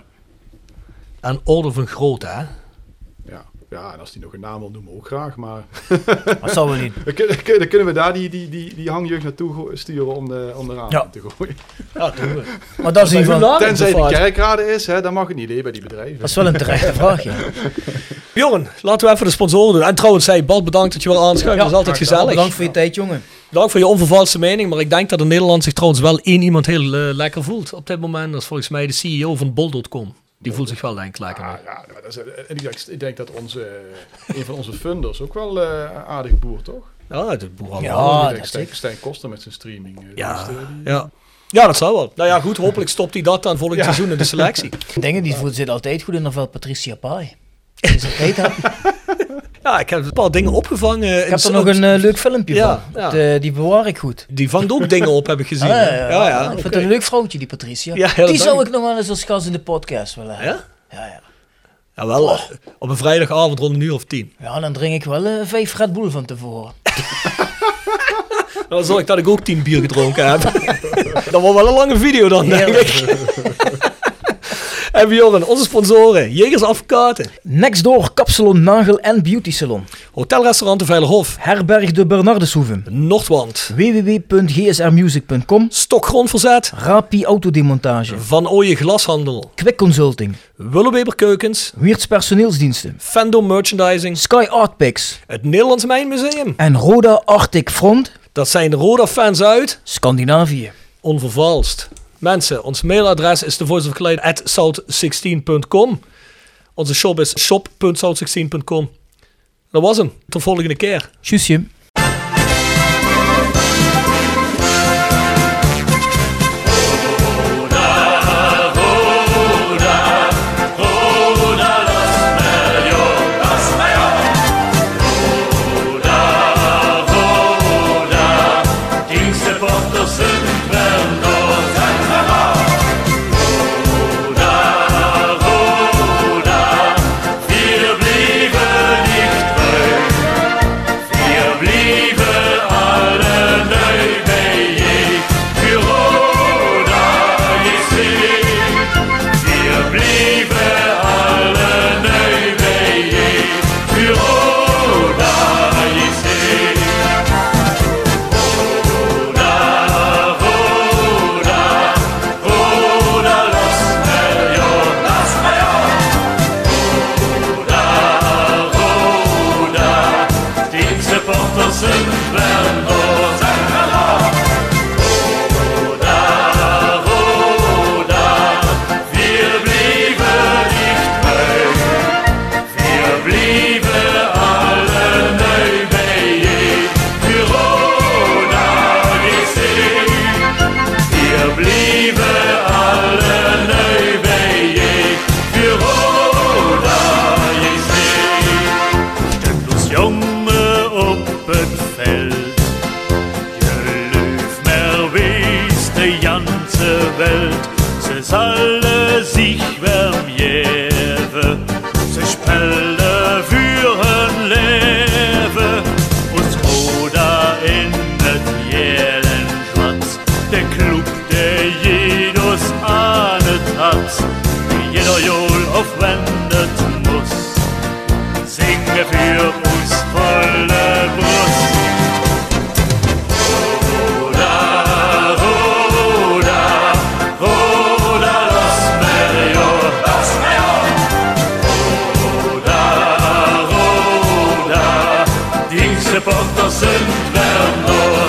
Aan orde van grootte, hè? Ja. Ja, en als die nog een naam wil noemen, ook graag, maar... Dat zou wel niet. Dan kunnen we daar die, die, die, die hangjeugd naartoe sturen om de, om de raam ja. te gooien. Ja, doen we. Maar dat is in van... Tenzij de kerkraden is, hè, dan mag het niet hè, bij die bedrijven. Dat is wel een terechte vraag, ja. Jongen, laten we even de sponsoren doen. En trouwens, hey, Bart, bedankt dat je wel aanschuift. Ja, dat is altijd gezellig. Bedankt voor je tijd, jongen. Bedankt voor je onvervalste mening, maar ik denk dat in Nederland zich trouwens wel één iemand heel uh, lekker voelt op dit moment. Dat is volgens mij de C E O van bol punt com. Die voelt zich wel denk ik lekker. Ja, ja, dat is, en ik, ik denk dat onze, een van onze funders ook wel uh, aardig boer, toch? Ja, de boer ja, dat Stijn, Stijn Koster met zijn streaming. Uh, ja, die, ja. ja, dat zou wel. Nou ja, goed, hopelijk stopt hij dat dan volgend ja. seizoen in de selectie. Dingen die voelt zit altijd goed in de veld Patricia Pai. Is altijd happy. Ja, ik heb een paar dingen opgevangen. Ik heb er nog een uh, leuk filmpje ja, van. Ja. De, die bewaar ik goed. Die vangt ook dingen op, heb ik gezien. Ah, ja, ja, ja. ja, ik okay. vind het een leuk vrouwtje, die Patricia. Ja, ja, die zou ik nog wel eens als gast in de podcast willen hebben. Ja? Ja, ja. Ja, wel oh. op een vrijdagavond rond een uur of tien. Ja, dan drink ik wel uh, vijf Red Bull van tevoren. Dan zorg ik dat ik ook tien bier gedronken heb. Dat wordt wel een lange video dan, denk ik. En Bjorn, onze sponsoren, Jegers Advocaten. Nextdoor Kapsalon, Nagel en Beauty Salon. Hotelrestaurant de Veilerhof. Herberg de Bernardeshoeve. Noordwand. w w w punt g s r music punt com. Stokgrondverzet. Rapi Autodemontage. Van Ooyen Glashandel. Quick Consulting. Willeweber Keukens. Wiertz Personeelsdiensten. Fendo Merchandising. Sky Art Picks. Het Nederlands Mijnmuseum. En Roda Arctic Front. Dat zijn de Roda-fans uit Scandinavië. Onvervalst. Mensen, ons mailadres is the voice of Clyde at south sixteen punt com. Onze shop is shop punt south sixteen punt com. Dat was hem. Tot volgende keer. Tjusje. supporters sind Werder.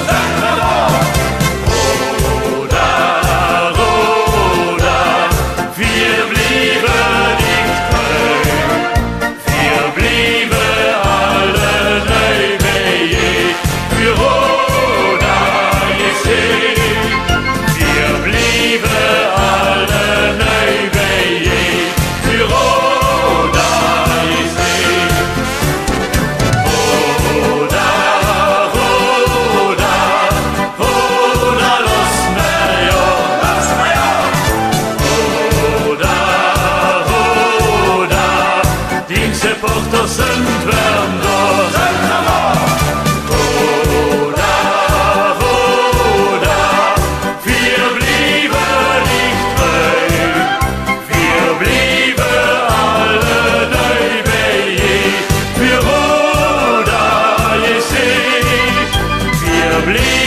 Roda, Roda, wir blieben nicht treu. Wir blieben alle neu wie je. Für Roda J C. Wir blieben alle neu wie je. Für Roda J C. Supporters sind Werder. Roda, Roda, wir blieben nicht treu. Wir blieben alle neu wie je. Für Roda J C. Wir blieben